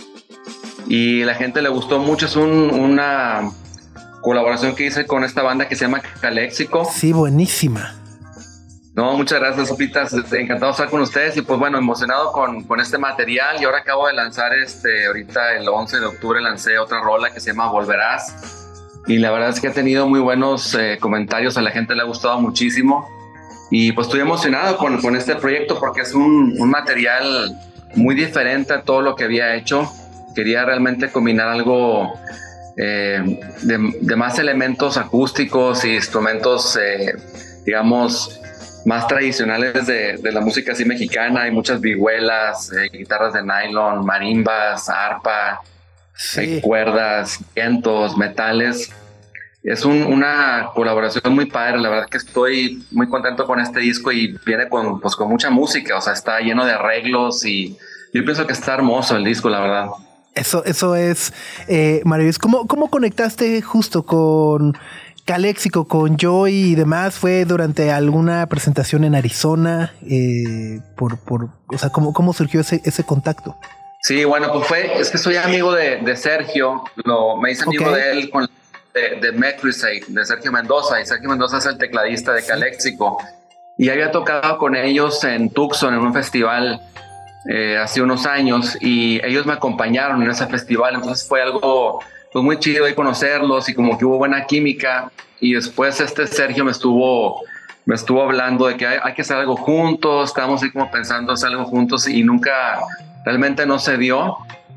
y la gente le gustó mucho. Es un, una colaboración que hice con esta banda que se llama Caléxico. Sí, buenísima. No, muchas gracias, Sopitas, encantado de estar con ustedes y pues bueno, emocionado con, con este material. Y ahora acabo de lanzar este, ahorita el once de octubre lancé otra rola que se llama Volverás, y la verdad es que ha tenido muy buenos eh, comentarios, a la gente le ha gustado muchísimo y pues estoy emocionado con, con este proyecto porque es un, un material muy diferente a todo lo que había hecho. Quería realmente combinar algo eh, de, de más elementos acústicos y instrumentos, eh, digamos, más tradicionales de, de la música así mexicana. Hay muchas vihuelas, eh, guitarras de nylon, marimbas, arpa, sí. Hay cuerdas, vientos, metales. Es un, una colaboración muy padre. La verdad que estoy muy contento con este disco y viene con, pues, con mucha música. O sea, está lleno de arreglos y yo pienso que está hermoso el disco, la verdad. Eso, eso es eh, maravilloso. ¿Cómo, ¿Cómo conectaste justo con Caléxico, con Joy y demás? ¿Fue durante alguna presentación en Arizona? Eh, por, por, o sea, ¿cómo, cómo surgió ese, ese contacto? Sí, bueno, pues fue, es que soy amigo de, de Sergio, lo, me hice amigo okay. de él con de, de Mexrisei, de Sergio Mendoza, y Sergio Mendoza es el tecladista de Caléxico, y había tocado con ellos en Tucson en un festival eh, hace unos años, y ellos me acompañaron en ese festival. Entonces fue algo pues muy chido ahí conocerlos y como que hubo buena química. Y después este Sergio me estuvo me estuvo hablando de que hay, hay que hacer algo juntos, estábamos ahí como pensando hacer algo juntos y nunca, realmente no se dio.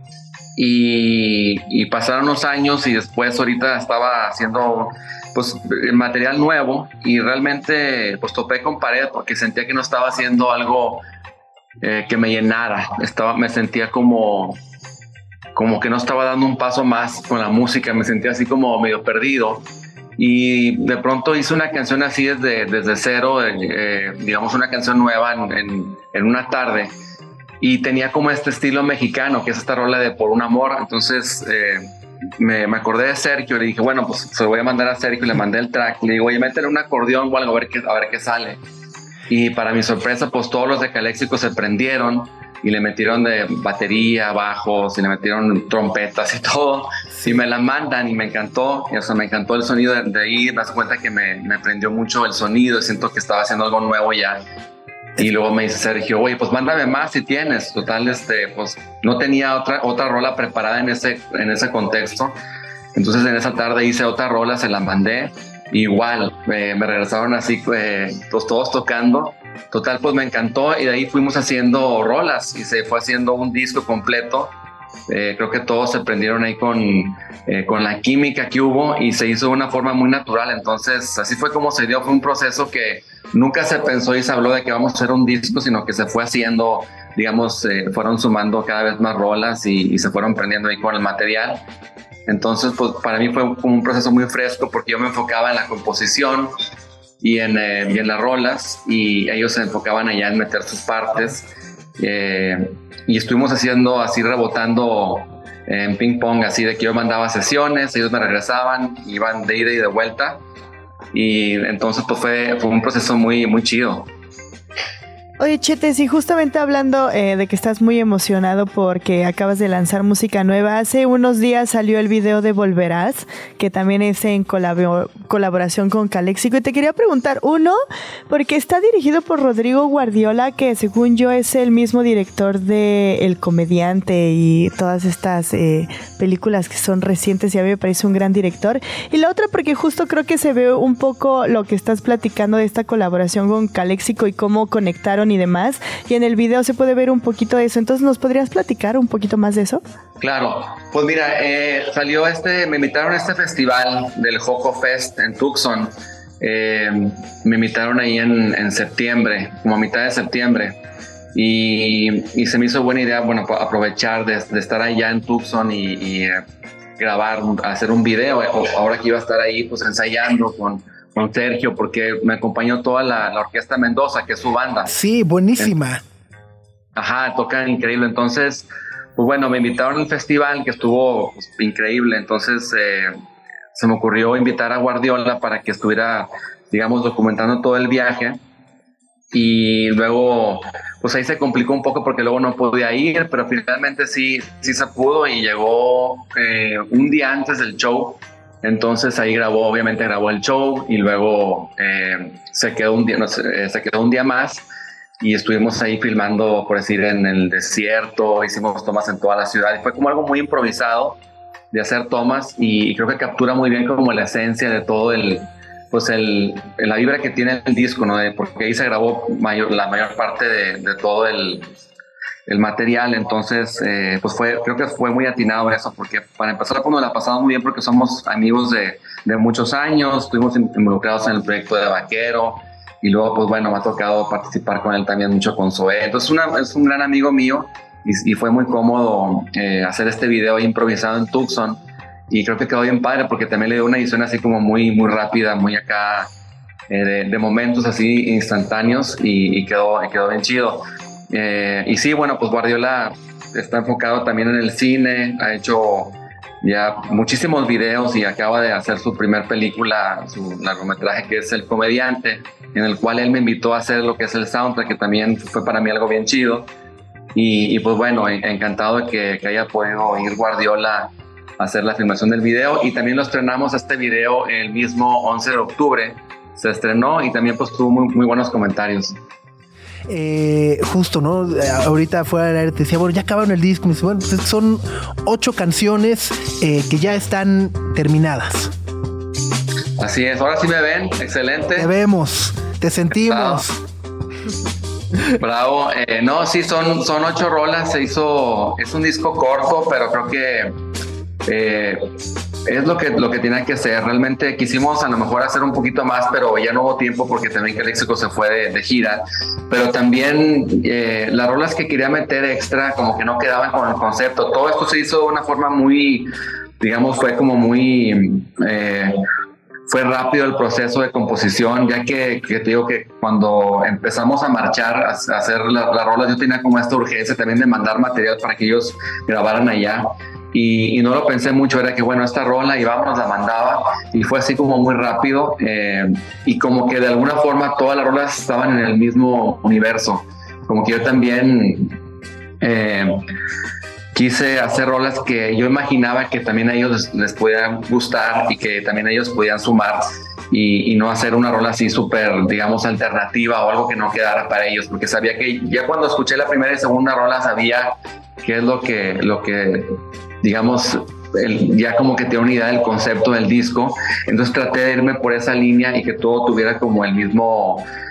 Y, y pasaron unos años y después ahorita estaba haciendo pues material nuevo y realmente pues topé con pared porque sentía que no estaba haciendo algo eh, que me llenara. Estaba, me sentía como, como que no estaba dando un paso más con la música, me sentía así como medio perdido. Y de pronto hice una canción así desde, desde cero, eh, digamos una canción nueva en, en, en una tarde. Y tenía como este estilo mexicano, que es esta rola de Por un amor. Entonces eh, me, me acordé de Sergio y le dije, bueno, pues se lo voy a mandar a Sergio. Y le mandé el track. Le digo, oye, métele un acordeón o algo, a ver qué, a ver qué sale. Y para mi sorpresa, pues todos los de Caléxico se prendieron y le metieron de batería, bajos, y le metieron trompetas y todo. Y me la mandan y me encantó. Y, o sea, me encantó el sonido de, de ahí. Me das cuenta que me, me prendió mucho el sonido y siento que estaba haciendo algo nuevo ya. Y luego me dice Sergio, oye, pues mándame más si tienes. Total, este, pues no tenía otra, otra rola preparada en ese, en ese contexto. Entonces en esa tarde hice otra rola, se la mandé. Igual, eh, me regresaron así, eh, pues, todos tocando. Total, pues me encantó y de ahí fuimos haciendo rolas y se fue haciendo un disco completo Eh, creo que todos se prendieron ahí con, eh, con la química que hubo y se hizo de una forma muy natural. Entonces, así fue como se dio. Fue un proceso que nunca se pensó y se habló de que vamos a hacer un disco, sino que se fue haciendo, digamos, eh, fueron sumando cada vez más rolas y, y se fueron prendiendo ahí con el material. Entonces, pues para mí fue como un proceso muy fresco porque yo me enfocaba en la composición y en, eh, y en las rolas, y ellos se enfocaban allá en meter sus partes. Eh, y estuvimos haciendo así, rebotando en ping pong, así de que yo mandaba sesiones, ellos me regresaban, iban de ida y de vuelta, y entonces pues fue, fue un proceso muy, muy chido. Oye, Chetes, y justamente hablando eh, de que estás muy emocionado porque acabas de lanzar música nueva, hace unos días salió el video de Volverás, que también es en colabor- colaboración con Calexico, y te quería preguntar, uno, porque está dirigido por Rodrigo Guardiola, que según yo es el mismo director de El Comediante y todas estas eh, películas que son recientes, y a mí me parece un gran director, y la otra porque justo creo que se ve un poco lo que estás platicando de esta colaboración con Calexico y cómo conectaron y demás, y en el video se puede ver un poquito de eso. Entonces, ¿nos podrías platicar un poquito más de eso? Claro, pues mira, eh, salió este, me invitaron a este festival del Joco Fest en Tucson. Eh, me invitaron ahí en, en septiembre, como a mitad de septiembre, y, y se me hizo buena idea, bueno, aprovechar de, de estar allá en Tucson y, y eh, grabar, hacer un video. Ahora que iba a estar ahí, pues ensayando con con Sergio, porque me acompañó toda la, la Orquesta Mendoza, que es su banda. Sí, buenísima. Ajá, tocan increíble. Entonces, pues bueno, me invitaron al festival, que estuvo pues, increíble. Entonces, eh, se me ocurrió invitar a Guardiola para que estuviera, digamos, documentando todo el viaje. Y luego, pues ahí se complicó un poco porque luego no podía ir, pero finalmente sí, sí se pudo, y llegó eh, un día antes del show. Entonces ahí grabó, obviamente grabó el show, y luego eh, se quedó un día, no sé, eh, se quedó un día más, y estuvimos ahí filmando, por decir, en el desierto. Hicimos tomas en toda la ciudad, y fue como algo muy improvisado de hacer tomas, y, y creo que captura muy bien como la esencia de todo el, pues el, la vibra que tiene el disco, ¿no? De, porque ahí se grabó mayor, la mayor parte de, de todo el el material. Entonces eh, pues fue, creo que fue muy atinado eso, porque para empezar pues nos la pasamos muy bien porque somos amigos de, de muchos años, estuvimos involucrados en el proyecto de Vaquero, y luego pues bueno, me ha tocado participar con él también mucho con Zoé. Entonces una, es un gran amigo mío, y, y fue muy cómodo eh, hacer este video improvisado en Tucson, y creo que quedó bien padre porque también le dio una edición así como muy, muy rápida, muy acá eh, de, de momentos así instantáneos, y, y quedó, quedó bien chido. Eh, y sí, bueno, pues Guardiola está enfocado también en el cine, ha hecho ya muchísimos videos y acaba de hacer su primer película, su largometraje, que es El Comediante, en el cual él me invitó a hacer lo que es el soundtrack, que también fue para mí algo bien chido. Y, y pues bueno, encantado de que, que haya podido ir Guardiola a hacer la filmación del video, y también lo estrenamos este video el mismo once de octubre, se estrenó, y también pues tuvo muy, muy buenos comentarios. Eh, justo, ¿no? Ahorita fuera del aire te decía, bueno, ya acabaron el disco. Me dice, bueno, pues son ocho canciones eh, que ya están terminadas. Así es, ahora sí me ven, excelente. Te vemos, te sentimos. Bravo, Bravo. Eh, no, sí, son, son ocho rolas, se hizo, es un disco corto, pero creo que eh, es lo que, lo que tenía que ser. Realmente quisimos a lo mejor hacer un poquito más, pero ya no hubo tiempo porque también Calexico se fue de, de gira. Pero también eh, las rolas que quería meter extra como que no quedaban con el concepto. Todo esto se hizo de una forma muy, digamos, fue como muy... Eh, fue rápido el proceso de composición, ya que, que te digo que cuando empezamos a marchar, a, a hacer las la rolas, yo tenía como esta urgencia también de mandar material para que ellos grabaran allá. Y, y no lo pensé mucho, era que bueno, esta rola, y vámonos, la mandaba, y fue así como muy rápido, eh, y como que de alguna forma todas las rolas estaban en el mismo universo, como que yo también eh, quise hacer rolas que yo imaginaba que también a ellos les, les podían gustar, y que también ellos podían sumar, y, y no hacer una rola así súper, digamos, alternativa o algo que no quedara para ellos, porque sabía que ya cuando escuché la primera y segunda rola sabía qué es lo que, lo que digamos, el, ya como que tenía una idea del concepto del disco. Entonces traté de irme por esa línea y que todo tuviera como el mismo,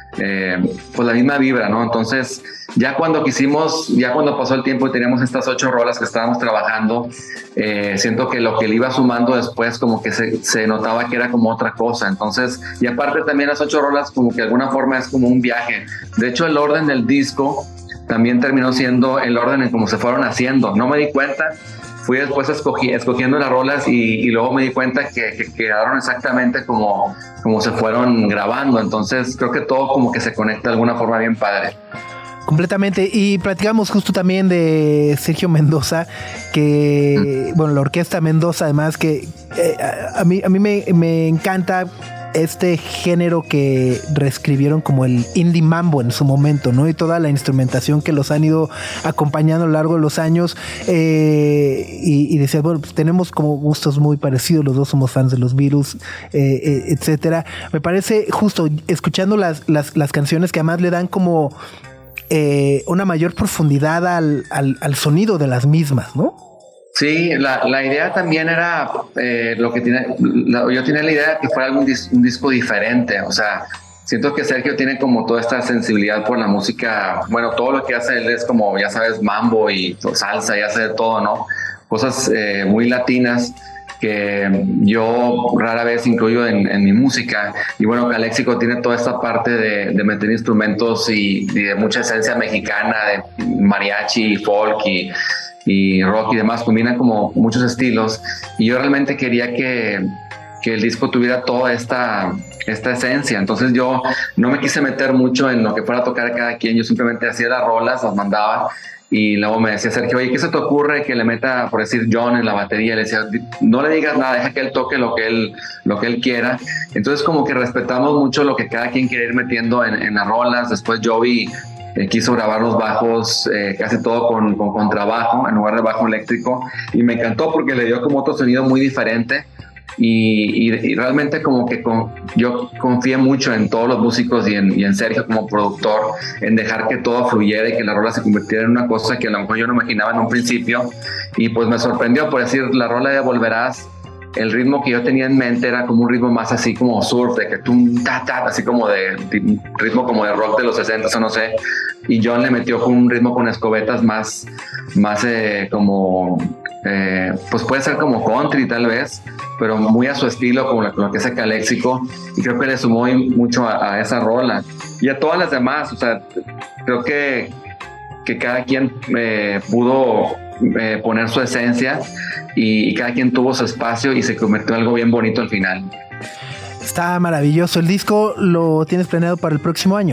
eh, pues la misma vibra, ¿no? Entonces, ya cuando quisimos, ya cuando pasó el tiempo y teníamos estas ocho rolas que estábamos trabajando, eh, siento que lo que le iba sumando después como que se, se notaba que era como otra cosa. Entonces, y aparte también las ocho rolas como que de alguna forma es como un viaje. De hecho, el orden del disco también terminó siendo el orden en cómo se fueron haciendo. No me di cuenta, fui después escogí, escogiendo las rolas y, y luego me di cuenta que, que quedaron exactamente como, como se fueron grabando. Entonces, creo que todo como que se conecta de alguna forma bien padre. Completamente. Y platicamos justo también de Sergio Mendoza, que, bueno, la Orquesta Mendoza, además, que eh, a, a mí, a mí me, me encanta este género que reescribieron como el indie mambo en su momento, ¿no? Y toda la instrumentación que los han ido acompañando a lo largo de los años. Eh, y, y decía, bueno, pues tenemos como gustos muy parecidos, los dos somos fans de los Beatles, eh, eh, etcétera. Me parece justo, escuchando las, las, las canciones que además le dan como eh, una mayor profundidad al, al, al sonido de las mismas, ¿no? Sí, la, la idea también era eh, lo que tiene, la, yo tenía la idea de que fuera algún dis, un disco diferente, o sea, siento que Sergio tiene como toda esta sensibilidad por la música, bueno, todo lo que hace él es como, ya sabes, mambo y salsa y hace de todo, ¿no? Cosas eh, muy latinas que yo rara vez incluyo en, en mi música. Y bueno, Caléxico tiene toda esta parte de, de meter instrumentos y, y de mucha esencia mexicana, de mariachi, folk y y rock y demás, combinan como muchos estilos, y yo realmente quería que, que el disco tuviera toda esta, esta esencia. Entonces yo no me quise meter mucho en lo que fuera a tocar cada quien, yo simplemente hacía las rolas, las mandaba, y luego me decía Sergio, oye, ¿qué se te ocurre que le meta, por decir, John en la batería? Le decía, no le digas nada, deja que él toque lo que él, lo que él quiera. Entonces como que respetamos mucho lo que cada quien quiere ir metiendo en, en las rolas. Después Joey Eh, quiso grabar los bajos, eh, casi todo con, con contrabajo en lugar de bajo eléctrico, y me encantó porque le dio como otro sonido muy diferente, y, y, y realmente como que con, yo confié mucho en todos los músicos y en, y en Sergio como productor, en dejar que todo fluyera y que la rola se convirtiera en una cosa que a lo mejor yo no imaginaba en un principio, y pues me sorprendió. Por decir, la rola de Volverás, el ritmo que yo tenía en mente era como un ritmo más así como surf, de que tum, ta, ta, así como de, de ritmo como de rock de los sesenta o no sé, y John le metió con un ritmo con escobetas más, más eh, como, eh, pues puede ser como country tal vez, pero muy a su estilo, como lo, lo que es Caléxico, y creo que le sumó mucho a, a esa rola, y a todas las demás. O sea, creo que, que cada quien eh, pudo eh, poner su esencia, y cada quien tuvo su espacio y se convirtió en algo bien bonito al final. Está maravilloso. ¿El disco lo tienes planeado para el próximo año?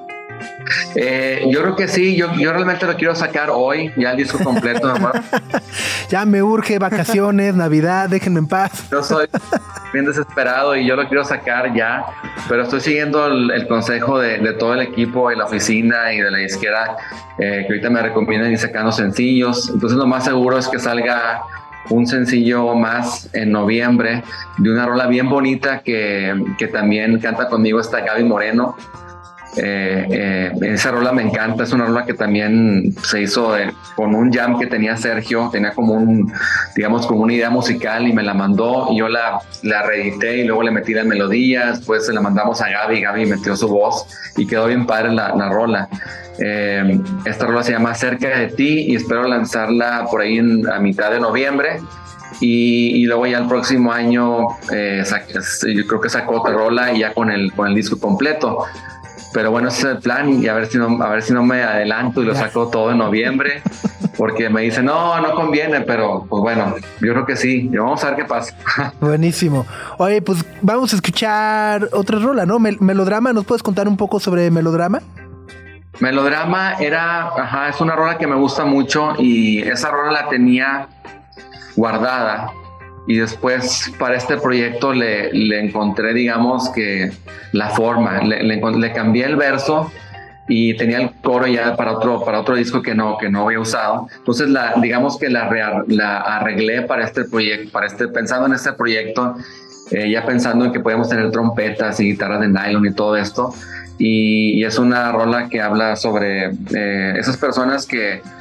Eh, yo creo que sí, yo, yo realmente lo quiero sacar hoy, ya el disco completo. Ya me urge vacaciones, Navidad, déjenme en paz. Yo soy bien desesperado y yo lo quiero sacar ya, pero estoy siguiendo el, el consejo de, de todo el equipo de la oficina y de la disquera, eh, que ahorita me recomiendan ir sacando sencillos. Entonces lo más seguro es que salga un sencillo más en noviembre de una rola bien bonita que, que también canta conmigo, está Gaby Moreno. Eh, eh, esa rola me encanta, es una rola que también se hizo eh, con un jam que tenía Sergio, tenía como un, digamos, como una idea musical y me la mandó, y yo la, la reedité y luego le metí las melodías, después se la mandamos a Gaby, Gaby metió su voz y quedó bien padre la, la rola. Eh, esta rola se llama Cerca de ti y espero lanzarla por ahí en, a mitad de noviembre. Y, y luego ya el próximo año eh, sac, yo creo que saco otra rola y ya con el, con el disco completo. Pero bueno, ese es el plan, y a ver si no, a ver si no me adelanto y lo saco todo en noviembre, porque me dicen, no, no conviene, pero pues bueno, yo creo que sí, y vamos a ver qué pasa. Buenísimo. Oye, pues vamos a escuchar otra rola, ¿no? Mel- Melodrama, ¿nos puedes contar un poco sobre Melodrama? Melodrama era, ajá, es una rola que me gusta mucho, y esa rola la tenía guardada, y después para este proyecto le, le encontré, digamos, que la forma, le, le, le cambié el verso y tenía el coro ya para otro, para otro disco que no, que no había usado. Entonces la, digamos que la, rea, la arreglé para este proyecto, para este, pensando en este proyecto, eh, ya pensando en que podíamos tener trompetas y guitarras de nylon y todo esto. Y, y es una rola que habla sobre eh, esas personas que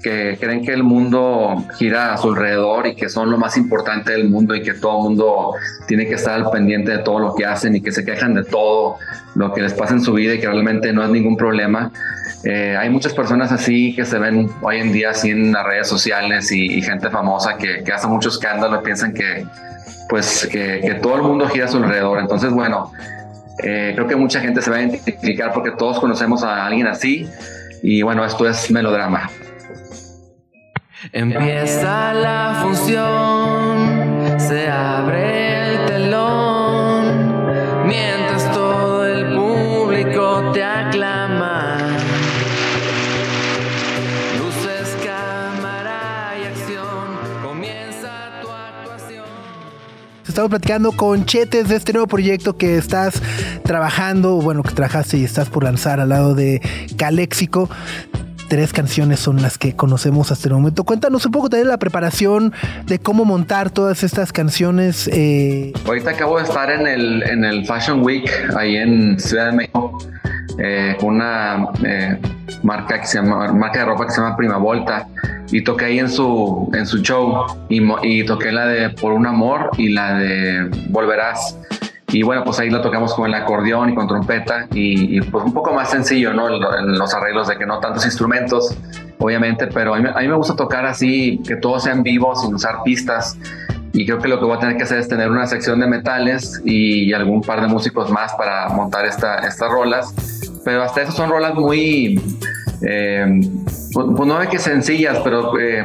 que creen que el mundo gira a su alrededor y que son lo más importante del mundo y que todo el mundo tiene que estar al pendiente de todo lo que hacen y que se quejan de todo lo que les pasa en su vida y que realmente no es ningún problema. Eh, hay muchas personas así que se ven hoy en día así en las redes sociales y, y gente famosa que, que hace mucho escándalo y piensan que, pues, que, que todo el mundo gira a su alrededor. Entonces, bueno, eh, creo que mucha gente se va a identificar porque todos conocemos a alguien así y bueno, esto es Melodrama. Empieza la función, se abre el telón, mientras todo el público te aclama. Luces, cámara y acción, comienza tu actuación. Estamos platicando con Chetes de este nuevo proyecto que estás trabajando, bueno, que trabajaste y estás por lanzar al lado de Calexico. Tres canciones son las que conocemos hasta el momento. Cuéntanos un poco también la preparación de cómo montar todas estas canciones. Eh... Ahorita acabo de estar en el, en el Fashion Week ahí en Ciudad de México eh, con una eh, marca que se llama marca de ropa que se llama Prima Volta y toqué ahí en su en su show y, y toqué la de Por un Amor y la de Volverás. Y bueno, pues ahí lo tocamos con el acordeón y con trompeta y, y pues un poco más sencillo, ¿no? En los arreglos de que no tantos instrumentos, obviamente, pero a mí, a mí me gusta tocar así, que todo sea en vivo, sin usar pistas. Y creo que lo que voy a tener que hacer es tener una sección de metales y, y algún par de músicos más para montar esta, estas rolas. Pero hasta eso son rolas muy, eh, pues, pues no es que sencillas, pero... Eh,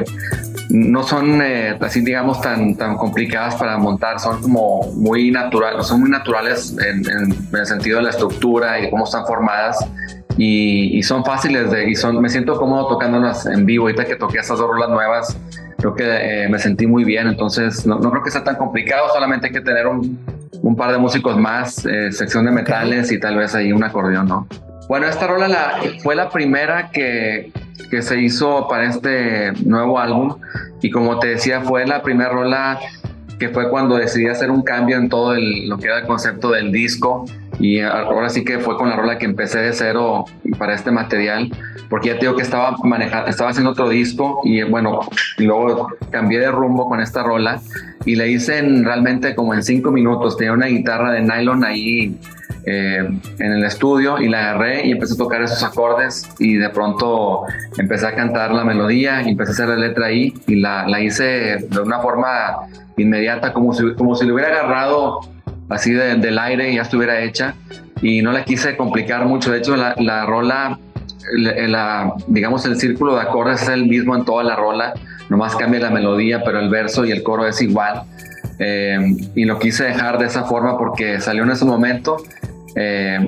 no son eh, así digamos tan, tan complicadas para montar, son como muy naturales, son muy naturales en, en, en el sentido de la estructura y de cómo están formadas y, y son fáciles de, y son, me siento cómodo tocándolas en vivo. Ahorita que toqué estas dos rolas nuevas creo que eh, me sentí muy bien, entonces no, no creo que sea tan complicado, solamente hay que tener un, un par de músicos más, eh, sección de metales y tal vez ahí un acordeón, ¿no? Bueno, esta rola la, fue la primera que, que se hizo para este nuevo álbum y como te decía fue la primera rola que fue cuando decidí hacer un cambio en todo el, lo que era el concepto del disco y ahora sí que fue con la rola que empecé de cero para este material porque ya te digo que estaba manejando, estaba haciendo otro disco y bueno, y luego cambié de rumbo con esta rola y la hice en, realmente como en cinco minutos, tenía una guitarra de nylon ahí Eh, en el estudio y la agarré y empecé a tocar esos acordes y de pronto empecé a cantar la melodía y empecé a hacer la letra ahí y la, la hice de una forma inmediata como si, como si lo hubiera agarrado así de, del aire y ya estuviera hecha y no la quise complicar mucho. De hecho la, la rola la, la, digamos el círculo de acordes es el mismo en toda la rola, nomás cambia la melodía pero el verso y el coro es igual. Eh, y lo quise dejar de esa forma porque salió en ese momento eh,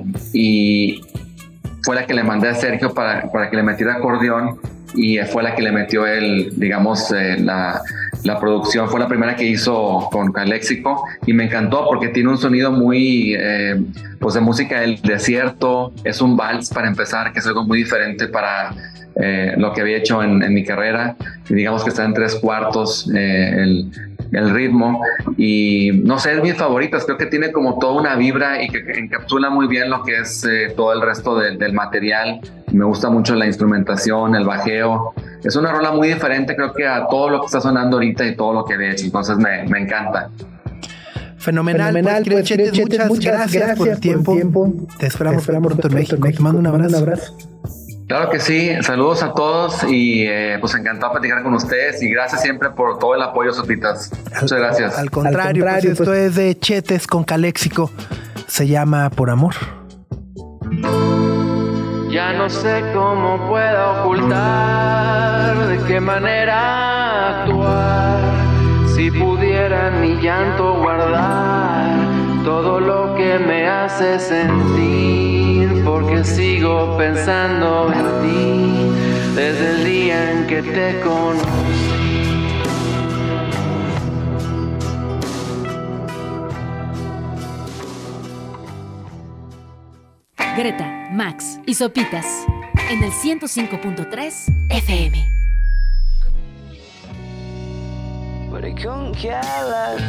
y fue la que le mandé a Sergio para, para que le metiera acordeón y fue la que le metió él, digamos, eh, la, la producción. Fue la primera que hizo con Calexico y me encantó porque tiene un sonido muy eh, pues de música del desierto, es un vals para empezar, que es algo muy diferente para eh, lo que había hecho en, en mi carrera, y digamos que está en tres cuartos eh, el el ritmo y no sé, es mis favoritas, creo que tiene como toda una vibra y que encapsula muy bien lo que es eh, todo el resto de, del material. Me gusta mucho la instrumentación, el bajeo, es una rola muy diferente creo que a todo lo que está sonando ahorita y todo lo que he hecho, entonces me, me encanta. Fenomenal, Fenomenal pues, pues, Chetes, Chetes, muchas, muchas gracias, gracias por el tiempo, por el tiempo. Te esperamos, Te esperamos pronto en México, México. Te mando un abrazo. Un abrazo. Claro que sí, saludos a todos y eh, pues encantado de platicar con ustedes y gracias siempre por todo el apoyo, Sopitas. Muchas gracias. Al contrario, al contrario pues, pues esto es de Chetes con Calexico, se llama Por Amor. Ya no sé cómo puedo ocultar, de qué manera actuar, si pudiera en mi llanto guardar todo lo que me hace sentir, porque sigo pensando en ti desde el día en que te conocí. Greta, Max y Sopitas en el ciento cinco punto tres F M. Con que alas.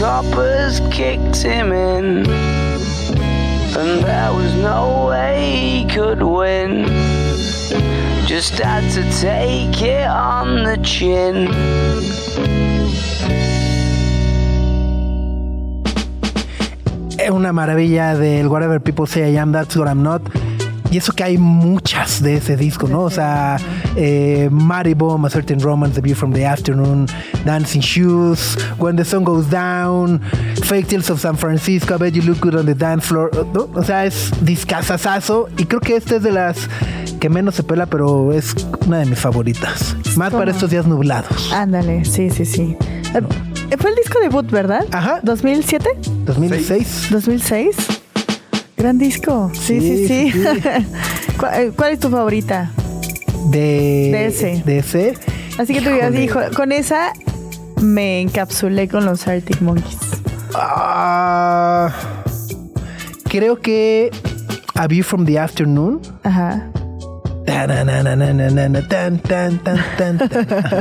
coppers kicked him in, and there was no way he could win. Just had to take it on the chin. Es una maravilla del Whatever People Say I Am, That's What I'm Not. Y eso que hay muchas de ese disco, ¿no? O sea, eh, Marty Bomb, A Certain Romance, The View from the Afternoon, Dancing Shoes, When the Sun Goes Down, Fake Tales of San Francisco, I Bet You Look Good on the Dance Floor, ¿no? O sea, es discazazazo. Y creo que esta es de las que menos se pela, pero es una de mis favoritas. Más ¿Cómo? Para estos días nublados. Ándale, sí, sí, sí. ¿No? Fue el disco debut, ¿verdad? Ajá. ¿dos mil siete? dos mil seis. ¿dos mil seis? Gran disco. Sí, sí, sí. sí. sí. ¿Cuál, ¿Cuál es tu favorita? De, de ese. De ese. Así que tú dijo, con esa me encapsulé con los Arctic Monkeys. Uh, creo que A View from the Afternoon. Ajá. Tan, tan, tan, tan, tan.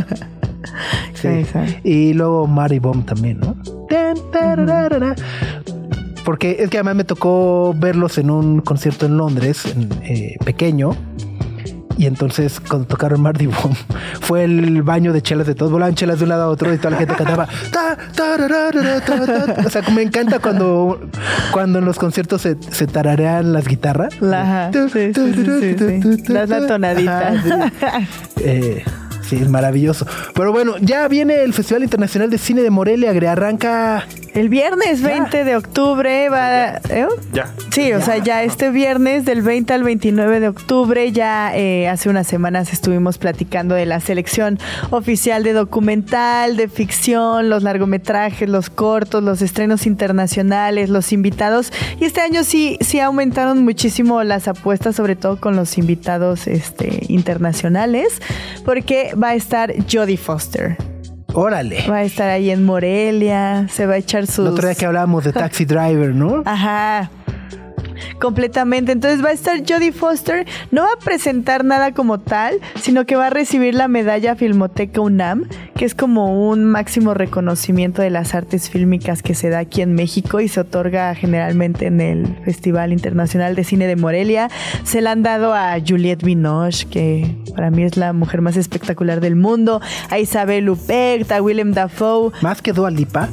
Sí. Sí, sí. Y luego Marty Bomb también, ¿no? Uh-huh. Porque es que además me tocó verlos en un concierto en Londres, en, eh, pequeño. Y entonces cuando tocaron Marty Bomb fue el baño de chelas de todos. Volaban chelas de un lado a otro y toda la gente cantaba. Ta, ta, ra, ra, ra, ta, ta. O sea, me encanta cuando, cuando en los conciertos se, se tararean las guitarras. Ajá, sí, sí, sí, sí, sí. Das la tonadita. Ajá, sí. eh, Sí, es maravilloso. Pero bueno, ya viene el Festival Internacional de Cine de Morelia, arranca el viernes veinte ya. de octubre. Va, ¿eh? Ya. Sí, o ya. sea, ya este viernes del veinte al veintinueve de octubre, ya eh, hace unas semanas estuvimos platicando de la selección oficial de documental, de ficción, los largometrajes, los cortos, los estrenos internacionales, los invitados. Y este año sí, sí aumentaron muchísimo las apuestas, sobre todo con los invitados este, internacionales, porque va a estar Jodie Foster. Órale. Va a estar ahí en Morelia, se va a echar sus... El otro día que hablábamos de Taxi Driver, ¿no? Ajá. Completamente. Entonces va a estar Jodie Foster. No va a presentar nada como tal, sino que va a recibir la medalla Filmoteca UNAM, que es como un máximo reconocimiento de las artes fílmicas que se da aquí en México y se otorga generalmente en el Festival Internacional de Cine de Morelia. Se la han dado a Juliette Binoche, que para mí es la mujer más espectacular del mundo, a Isabelle Huppert, a Willem Dafoe. ¿Más que Dua Lipa?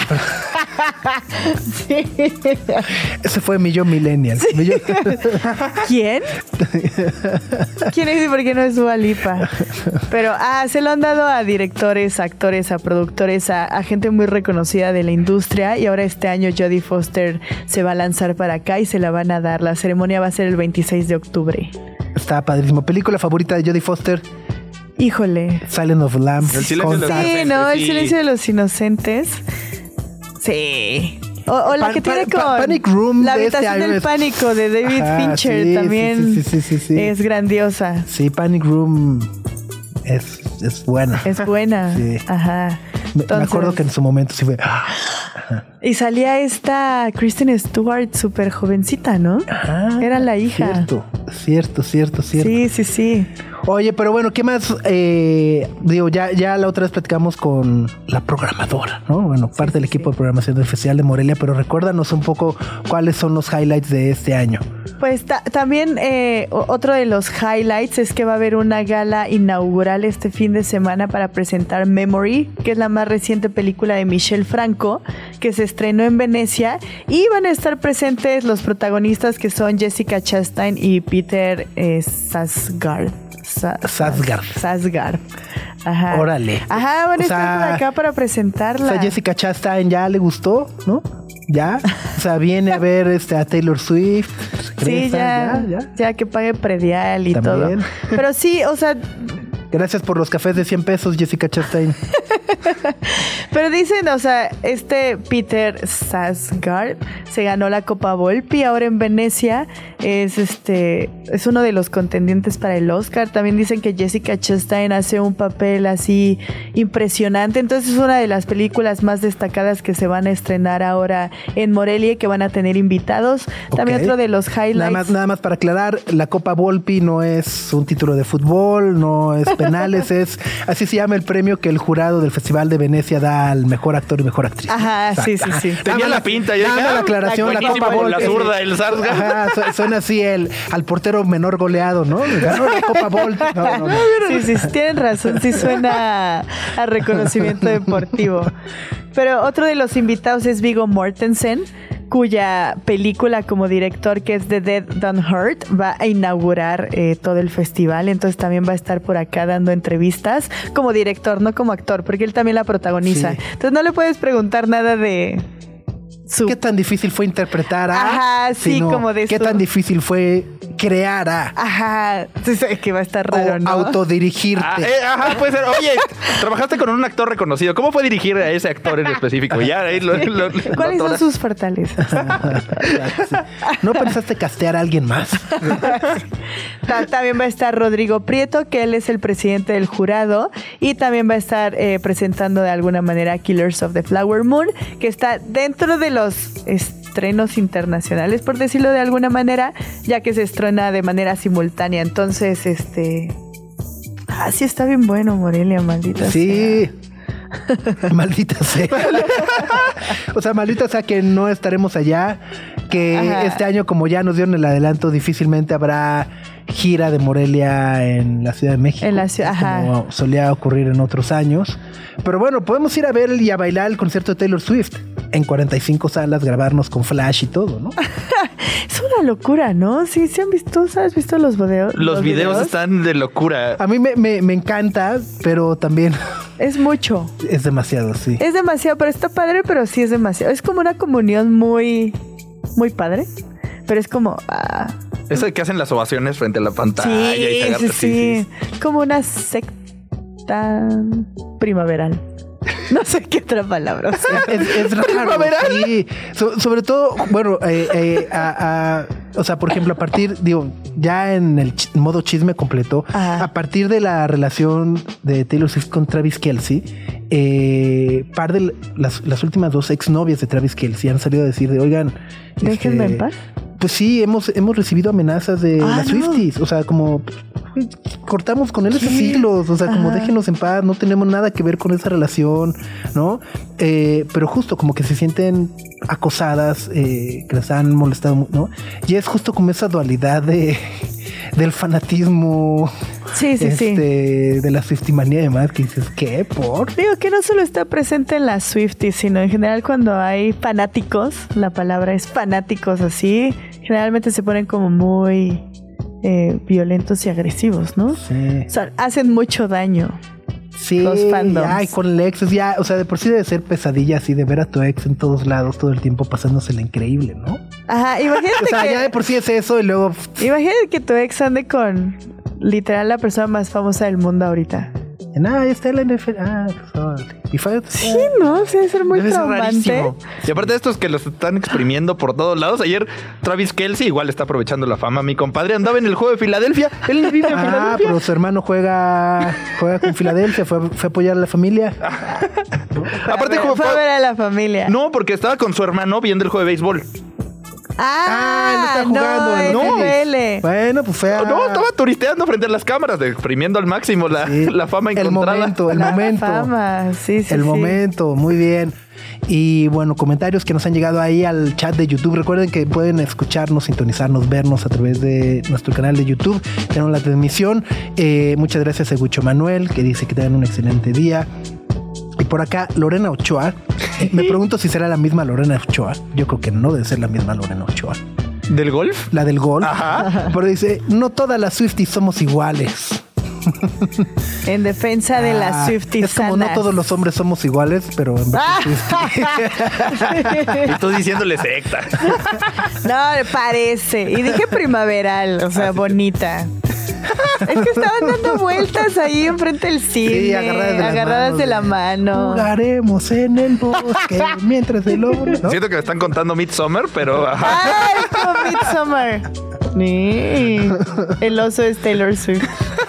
Sí. Ese fue mi yo millennial. Sí. Mi yo... ¿Quién? ¿Quién es y por qué no es Dua Lipa? Pero ah, se lo han dado a directores, a actores, a productores, a, a gente muy reconocida de la industria, y ahora este año Jodie Foster se va a lanzar para acá y se la van a dar. La ceremonia va a ser el veintiséis de octubre. Está padrísimo. ¿Película favorita de Jodie Foster? Híjole. Silence of the Lambs. El silencio de los inocentes. Sí, no, el sí. silencio de los inocentes. Sí. O, o la Pan, que tiene pan, con Panic Room. La de habitación este del es... pánico de David Ajá, Fincher sí, también sí, sí, sí, sí, sí. es grandiosa. Sí, Panic Room es, es buena. Es buena. Sí. Ajá. Me, Entonces, me acuerdo que en su momento sí fue... Y salía esta Kristen Stewart súper jovencita, ¿no? Ajá, era la hija. Cierto, cierto, cierto, cierto. Sí, sí, sí. Oye, pero bueno, ¿qué más? Eh, digo, ya, ya la otra vez platicamos con la programadora, ¿no? Bueno, parte sí, del equipo sí. de programación del Festival de Morelia, pero recuérdanos un poco cuáles son los highlights de este año. Pues ta- también eh, otro de los highlights es que va a haber una gala inaugural este fin de semana para presentar Memory, que es la más reciente película de Michel Franco, que se estrenó en Venecia, y van a estar presentes los protagonistas, que son Jessica Chastain y Peter eh, Sarsgaard. Sa- Sarsgaard. Sarsgaard. Ajá. Órale. Ajá, van a o estar sea, por acá para presentarla. O sea, Jessica Chastain ya le gustó, ¿no? Ya. O sea, viene a ver este, a Taylor Swift. Sí, ya, ya, ya. Ya que pague predial y también. todo. Pero sí, o sea... Gracias por los cafés de cien pesos, Jessica Chastain. Pero dicen, o sea, este Peter Sarsgaard se ganó la Copa Volpi ahora en Venecia. Es este es uno de los contendientes para el Oscar. También dicen que Jessica Chastain hace un papel así impresionante. Entonces es una de las películas más destacadas que se van a estrenar ahora en Morelia y que van a tener invitados. Okay. También otro de los highlights. Nada más, nada más para aclarar, la Copa Volpi no es un título de fútbol, no es penales. Es así se llama el premio que el jurado del Festival de Venecia da al mejor actor y mejor actriz. Ajá, Exacto. sí, sí, sí. Tenía la pinta. Ya Dame la aclaración, la Copa Volpi. La zurda, el Sarsgaard. Ajá, su- suena así el al portero menor goleado, ¿no? Ganó la Copa Volpi. No, no, no. Sí, sí, sí, tienen razón, sí suena a reconocimiento deportivo. Pero otro de los invitados es Viggo Mortensen, cuya película como director, que es The Dead Don't Hurt, va a inaugurar eh, todo el festival. Entonces también va a estar por acá dando entrevistas como director, no como actor, porque él también la protagoniza. Sí. Entonces no le puedes preguntar nada de su... ¿Qué tan difícil fue interpretar a? Ajá, sí, sino, como de ¿qué su- tan difícil fue crear a? Ajá, sí, sí, que va a estar raro, O ¿no? autodirigirte. Ah, eh, ajá, puede ser. Oye, trabajaste con un actor reconocido. ¿Cómo fue dirigir a ese actor en específico? Ya, ahí lo, lo- lo- ¿Cuáles lo- son sus fortalezas? Sí. ¿No pensaste castear a alguien más? Ta- También va a estar Rodrigo Prieto, que él es el presidente del jurado, y también va a estar eh, presentando de alguna manera Killers of the Flower Moon, que está dentro de los estrenos internacionales, por decirlo de alguna manera, ya que se estrena de manera simultánea. Entonces, este... Ah, sí está bien bueno, Morelia, maldita Sí. Maldita sea. O sea, maldita sea que no estaremos allá. Que Ajá. este año, como ya nos dieron el adelanto, difícilmente habrá gira de Morelia en la Ciudad de México. En la ciudad, ajá. Como solía ocurrir en otros años. Pero bueno, podemos ir a ver y a bailar el concierto de Taylor Swift en cuarenta y cinco salas, grabarnos con flash y todo, ¿no? Es una locura, ¿no? Sí, ¿sí han visto? ¿Has visto los videos? Los videos están de locura. A mí me, me, me encanta, pero también Es mucho. es demasiado, sí. Es demasiado, pero está padre, pero sí es demasiado. Es como una comunión muy, muy padre, pero es como... ah, Eso de que hacen las ovaciones frente a la pantalla. y se sí, agarran- sí, sí. Como una secta primaveral. No sé qué otra palabra usar. Es, es raro, sí. So- sobre todo, bueno, eh, eh, a- a- o sea, por ejemplo, a partir, digo, ya en el ch- modo chisme completo, Ajá. a partir de la relación de Taylor Swift con Travis Kelce, eh, par de las, las últimas dos exnovias de Travis Kelce han salido a decir de, oigan, Déjenme este, en paz. Pues sí, hemos, hemos recibido amenazas de Ah, las no. Swifties. O sea, como cortamos con él hace ¿Qué? siglos. O sea, como Ajá. déjenos en paz, no tenemos nada que ver con esa relación, ¿no? Eh, pero justo como que se sienten acosadas, eh, que les han molestado, ¿no? Y es justo como esa dualidad de del fanatismo, Sí, sí, sí. este, de la Swiftimanía y demás, que dices, ¿qué? ¿Por? Digo que no solo está presente en las Swifties, sino en general cuando hay fanáticos, la palabra es fanáticos así, generalmente se ponen como muy eh, violentos y agresivos, ¿no? Sí. O sea, hacen mucho daño. Sí, Los fandoms. ay, con el ex, es ya, o sea, de por sí debe ser pesadilla así de ver a tu ex en todos lados todo el tiempo pasándosela increíble, ¿no? Ajá, imagínate O sea, que... ya de por sí es eso y luego... Imagínate que tu ex ande con literal la persona más famosa del mundo ahorita. Ah, ya está en la N F L. Ah, pues, órale. Y fue... Sí, ¿no? Sí, debe ser muy Debe ser traumante. rarísimo. Y aparte de estos que los están exprimiendo por todos lados, ayer Travis Kelce igual está aprovechando la fama. Mi compadre andaba en el juego de Filadelfia. Él vive en Ah, Filadelfia. pero su hermano juega juega con Filadelfia, fue, fue a apoyar a la familia. Aparte, Fue a ver- jugó- fue a ver a la familia. No, porque estaba con su hermano viendo el juego de béisbol. Ah, no está jugando, no, no. N F L. Bueno, pues fue a... No, estaba turisteando frente a las cámaras, exprimiendo al máximo la, Sí. la fama El encontrada. momento, el La momento. fama, sí, sí, El sí. momento, muy bien. Y bueno, comentarios que nos han llegado ahí al chat de YouTube. Recuerden que pueden escucharnos, sintonizarnos, vernos a través de nuestro canal de YouTube. Tenemos la transmisión. Eh, muchas gracias a Gucho Manuel, que dice que tengan un excelente día. Y por acá, Lorena Ochoa. Eh, me pregunto si será la misma Lorena Ochoa. Yo creo que no debe ser la misma Lorena Ochoa. ¿Del golf? La del gol. Ajá. Pero dice, no todas las Swifties somos iguales. En defensa de las Ah, Swifties es como no sanas. todos los hombres somos iguales, pero en verdad Y tú diciéndole secta. No, parece. Y dije primaveral, o sea, bonita. Es que estaban dando vueltas ahí enfrente del cine. Sí, agarradas de, las agarradas manos, de la mano. Jugaremos en el bosque mientras el hombre, ¿no? Siento que me están contando Midsommar, pero ajá. ¡Ay, como Midsommar! Ni. El oso es Taylor Swift.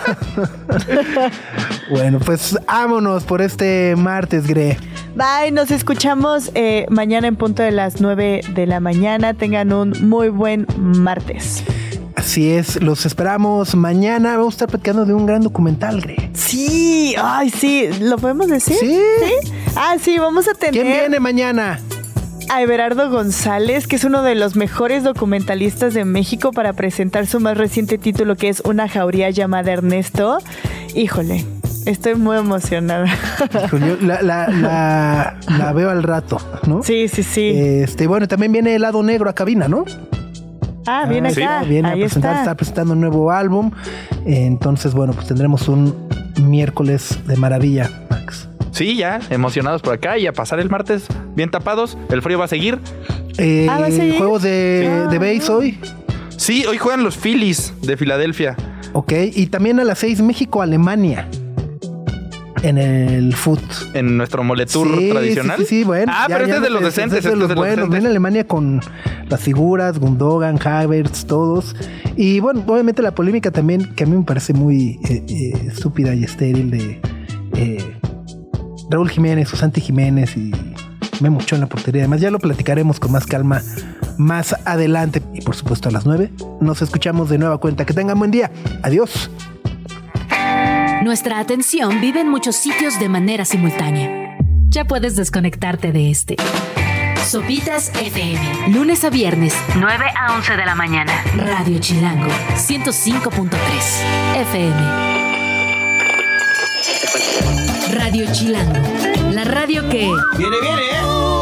Bueno, pues vámonos por este martes, Gre. Bye, nos escuchamos eh, mañana en punto de las nueve de la mañana. Tengan un muy buen martes. Así es, los esperamos mañana. Vamos a estar platicando de un gran documental, Gre. Sí, ay, sí, ¿lo podemos decir? ¿Sí? ¿Sí? Ah, sí, vamos a tener... ¿Quién viene mañana? A Everardo González, que es uno de los mejores documentalistas de México, para presentar su más reciente título, que es Una jauría llamada Ernesto. Híjole, estoy muy emocionada. Híjole, la, la, la, la veo al rato, ¿no? Sí, sí, sí. Este, bueno, también viene El Lado Negro a cabina, ¿no? Ah, viene ah, acá. Sí, viene Ahí a presentar, está. está presentando un nuevo álbum. Entonces, bueno, pues tendremos un miércoles de maravilla, Max. Sí, ya, emocionados por acá y a pasar el martes bien tapados. El frío va a seguir. Eh, Ah, ¿va a seguir? Juegos de, Sí. de base hoy. Sí, hoy juegan los Phillies de Filadelfia. Ok, y también a las seis México-Alemania. En el foot. En nuestro Moletour Sí, tradicional. Sí, sí, sí, bueno. Ah, pero este es de los decentes. Este es de los buenos. decentes. Viene Alemania con las figuras, Gundogan, Havertz, todos. Y bueno, obviamente la polémica también, que a mí me parece muy eh, eh, estúpida y estéril, de eh, Raúl Jiménez, Susanti Jiménez y Memo Ochoa en la portería. Además, ya lo platicaremos con más calma más adelante. Y por supuesto a las nueve nos escuchamos de nueva cuenta. Que tengan buen día. Adiós. Nuestra atención vive en muchos sitios de manera simultánea. Ya puedes desconectarte de este. Sopitas F M. Lunes a viernes, nueve a once de la mañana. Radio Chilango, ciento cinco punto tres F M. Radio Chilango. La radio que... Viene, viene, ¿eh?